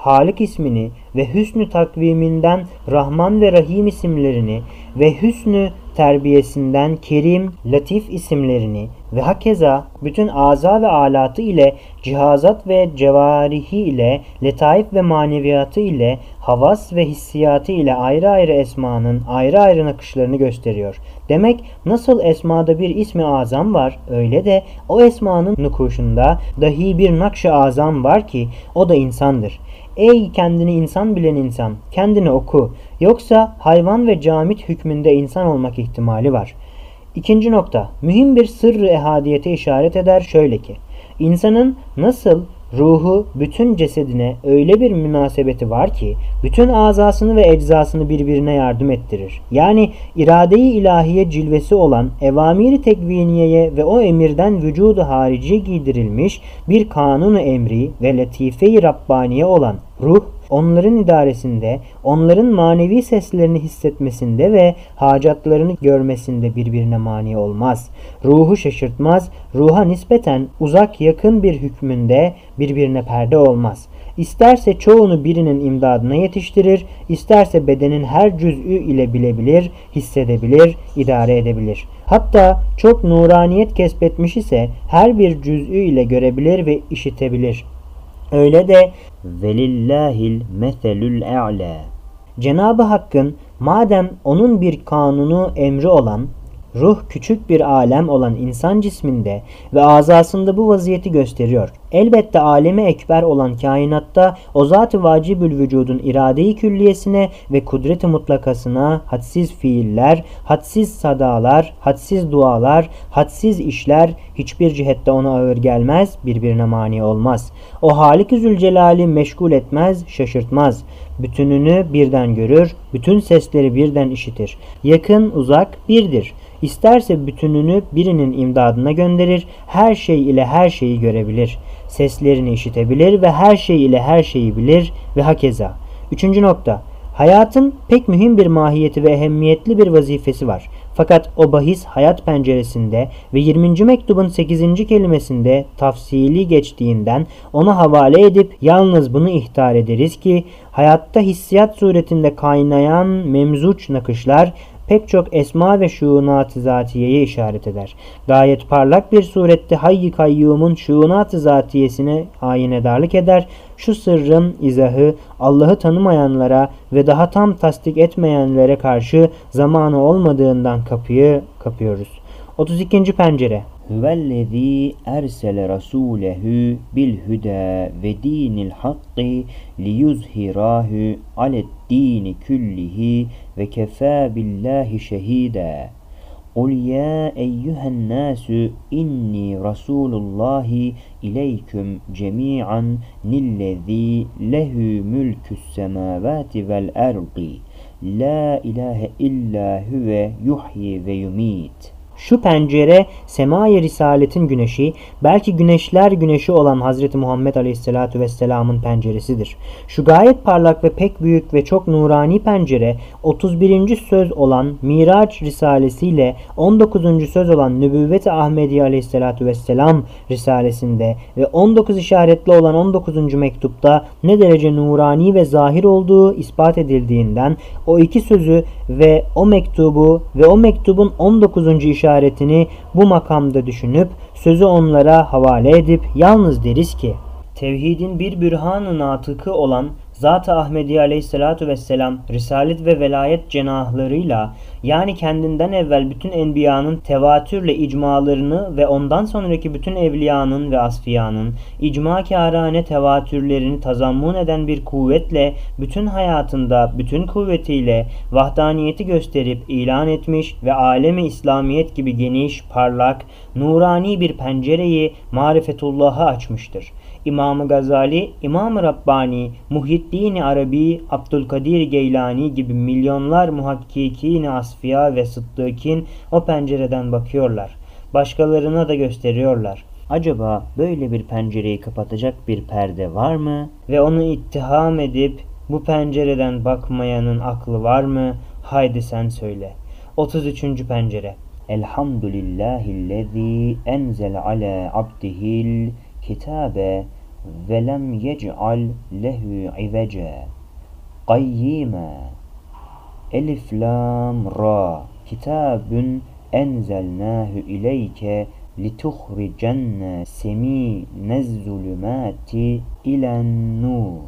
Halik ismini ve hüsnü takviminden Rahman ve Rahim isimlerini ve hüsnü terbiyesinden Kerim, Latif isimlerini ve hakeza bütün aza ve alatı ile cihazat ve cevarihi ile letaif ve maneviyatı ile havas ve hissiyatı ile ayrı ayrı esmanın ayrı ayrı nakışlarını gösteriyor. Demek nasıl esmada bir ismi azam var, öyle de o esmanın nukuşunda dahi bir nakş-ı azam var ki o da insandır. Ey kendini insan bilen insan, kendini oku. Yoksa hayvan ve camit hükmünde insan olmak ihtimali var. İkinci nokta, mühim bir sırrı ehadiyete işaret eder şöyle ki, insanın nasıl ruhu bütün cesedine öyle bir münasebeti var ki, bütün azasını ve eczasını birbirine yardım ettirir. Yani irade-i ilahiye cilvesi olan evamiri tekviniyeye ve o emirden vücudu harici giydirilmiş bir kanunu emri ve latife-i Rabbaniye olan ruh, onların idaresinde, onların manevi seslerini hissetmesinde ve hacatlarını görmesinde birbirine mani olmaz. Ruhu şaşırtmaz, ruha nispeten uzak yakın bir hükmünde birbirine perde olmaz. İsterse çoğunu birinin imdadına yetiştirir, isterse bedenin her cüz'ü ile bilebilir, hissedebilir, idare edebilir. Hatta çok nuraniyet kesbetmiş ise her bir cüz'ü ile görebilir ve işitebilir. Öyle de velillahil meselül e'la. Cenab-ı Hakk'ın madem onun bir kanunu emri olan ruh küçük bir alem olan insan cisminde ve azasında bu vaziyeti gösteriyor. Elbette alemi ekber olan kainatta o zat-ı vacibül vücudun irade-i külliyesine ve kudret-i mutlakasına hadsiz fiiller, hadsiz sadalar, hadsiz dualar, hadsiz işler hiçbir cihette ona ağır gelmez, birbirine mani olmaz. O Halik-i Zülcelal'i meşgul etmez, şaşırtmaz. Bütününü birden görür, bütün sesleri birden işitir. Yakın, uzak birdir. İsterse bütününü birinin imdadına gönderir, her şey ile her şeyi görebilir. Seslerini işitebilir ve her şey ile her şeyi bilir ve hakeza. Üçüncü nokta. Hayatın pek mühim bir mahiyeti ve ehemmiyetli bir vazifesi var. Fakat o bahis hayat penceresinde ve yirminci mektubun sekizinci kelimesinde tafsili geçtiğinden ona havale edip yalnız bunu ihtar ederiz ki hayatta hissiyat suretinde kaynayan memzuç nakışlar pek çok esma ve şuunat-ı zatiyeye işaret eder. Gayet parlak bir surette Hayy-i Kayyum'un şuunat-ı zatiyesine ayinedarlık eder. Şu sırrın izahı Allah'ı tanımayanlara ve daha tam tasdik etmeyenlere karşı zamanı olmadığından kapıyı kapıyoruz. otuz ikinci pencere. Huvellezî ersele rasûlehu bil huda ve dinil hakki liyuzhirahu ale'd-dîni küllihi ve kefâ billahi şehîdâ. Kul ya eyyühen nâsü inni rasûlullâhi ileyküm cemî'an nillezî lehü mülkü's semâvâti vel erdi. La ilahe illa huve yuhyi ve yumît. Şu pencere sema-i risaletin güneşi, belki güneşler güneşi olan Hazreti Muhammed Aleyhisselatü Vesselam'ın penceresidir. Şu gayet parlak ve pek büyük ve çok nurani pencere otuz birinci söz olan Miraç risalesiyle on dokuzuncu söz olan Nübüvvet-i Ahmediye Aleyhisselatü Vesselam risalesinde ve on dokuz işaretli olan on dokuzuncu mektupta ne derece nurani ve zahir olduğu ispat edildiğinden o iki sözü ve o mektubu ve o mektubun on dokuzuncu işaretini bu makamda düşünüp sözü onlara havale edip yalnız deriz ki tevhidin bir bürhan-ı natıkı olan Zat-ı Ahmediye Aleyhisselatü Vesselam risalet ve velayet cenahlarıyla yani kendinden evvel bütün enbiyanın tevatürle icmalarını ve ondan sonraki bütün evliyanın ve asfiyanın icma-kârâne tevatürlerini tazammun eden bir kuvvetle bütün hayatında bütün kuvvetiyle vahdaniyeti gösterip ilan etmiş ve alemi İslamiyet gibi geniş, parlak, nurani bir pencereyi marifetullah'a açmıştır. İmam-ı Gazali, İmam-ı Rabbani, Muhyiddin-i Arabi, Abdülkadir Geylani gibi milyonlar muhakkikîn-i asfiya ve sıddıkîn o pencereden bakıyorlar. Başkalarına da gösteriyorlar. Acaba böyle bir pencereyi kapatacak bir perde var mı? Ve onu ittiham edip bu pencereden bakmayanın aklı var mı? Haydi sen söyle. otuz üçüncü pencere. Elhamdülillahillezî enzel ala abdihil kitabe ve lem yec'al lehu iveca qayyima. Elif lam ra kitabun enzelnahu ileyke lituhricennâse minezzulümâti ilen nur.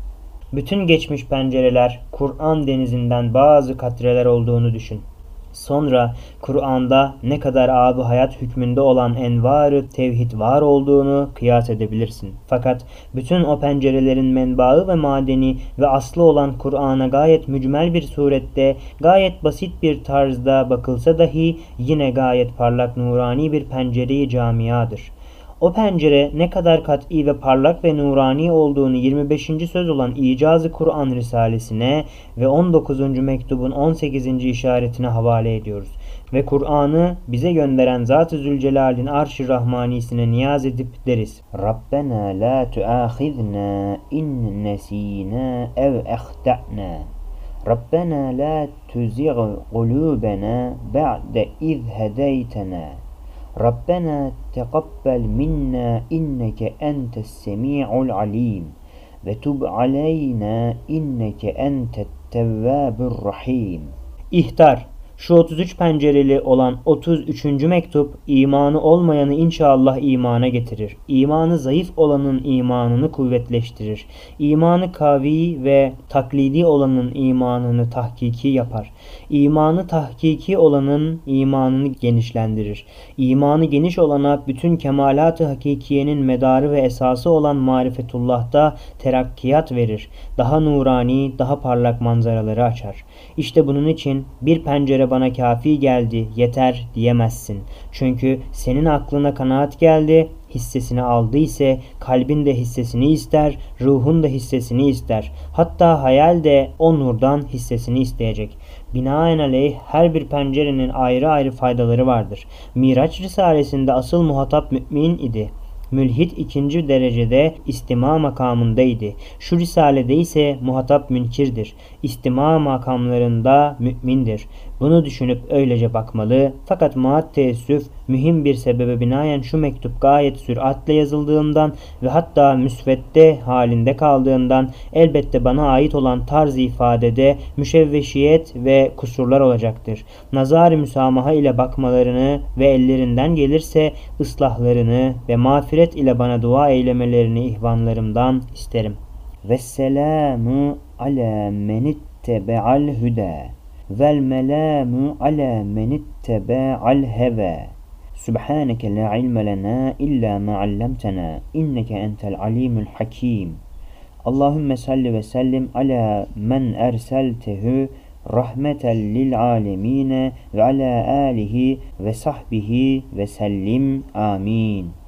Bütün geçmiş pencereler Kur'an denizinden bazı katreler olduğunu düşün. Sonra Kur'an'da ne kadar ab-ı hayat hükmünde olan envar-ı tevhid var olduğunu kıyas edebilirsin. Fakat bütün o pencerelerin menbaı ve madeni ve aslı olan Kur'an'a gayet mücmel bir surette, gayet basit bir tarzda bakılsa dahi yine gayet parlak nurani bir pencere-i camiadır. O pencere ne kadar kat'i ve parlak ve nurani olduğunu yirmi beşinci söz olan İcaz-ı Kur'an Risalesine ve on dokuzuncu mektubun on sekizinci işaretine havale ediyoruz. Ve Kur'an'ı bize gönderen Zat-ı Zülcelal'in Arş-ı Rahmanisine niyaz edip deriz: Rabbena la tuâkhidna in nesînâ ev ehta'nâ. Rabbena la tuzigh kulûbena ba'de iz hedeytenâ. Rabbena teqabbel minna inneke entes semi'ul alim ve tub aleyna inneke entet tevvabur rahim. İhtar. Şu otuz üç pencereli olan otuz üçüncü mektup imanı olmayanı inşallah imana getirir. İmanı zayıf olanın imanını kuvvetleştirir. İmanı kavi ve taklidi olanın imanını tahkiki yapar. İmanı tahkiki olanın imanını genişlendirir. İmanı geniş olana bütün kemalat-ı hakikiyenin medarı ve esası olan marifetullah'ta terakkiyat verir. Daha nurani, daha parlak manzaraları açar. İşte bunun için bir pencere bana kafi geldi, yeter diyemezsin. Çünkü senin aklına kanaat geldi, hissesini aldı ise kalbin de hissesini ister, ruhun da hissesini ister. Hatta hayal de o nurdan hissesini isteyecek. Binaenaleyh her bir pencerenin ayrı ayrı faydaları vardır. Miraç Risalesinde asıl muhatap mümin idi. Mülhit ikinci derecede istima makamındaydı. Şu risalede ise muhatap münkirdir. İstima makamlarında mümindir. Bunu düşünüp öylece bakmalı. Fakat maat teessüf mühim bir sebebe binaen şu mektup gayet süratle yazıldığından ve hatta müsvedde halinde kaldığından elbette bana ait olan tarz ifadede müşevveşiyet ve kusurlar olacaktır. Nazar-ı müsamaha ile bakmalarını ve ellerinden gelirse ıslahlarını ve mağfiret ile bana dua eylemelerini ihvanlarımdan isterim. Vesselamu ala menittebe'al huda vel melamu ala menittebe'al heva. Subhaneke la ilme lena illa ma allamtena inneke entel alimul hakim. Allahümme salli ve sellim ala men erseltehu rahmeten lil alemine ve ala alihi ve sahbihi ve sellim. Amin.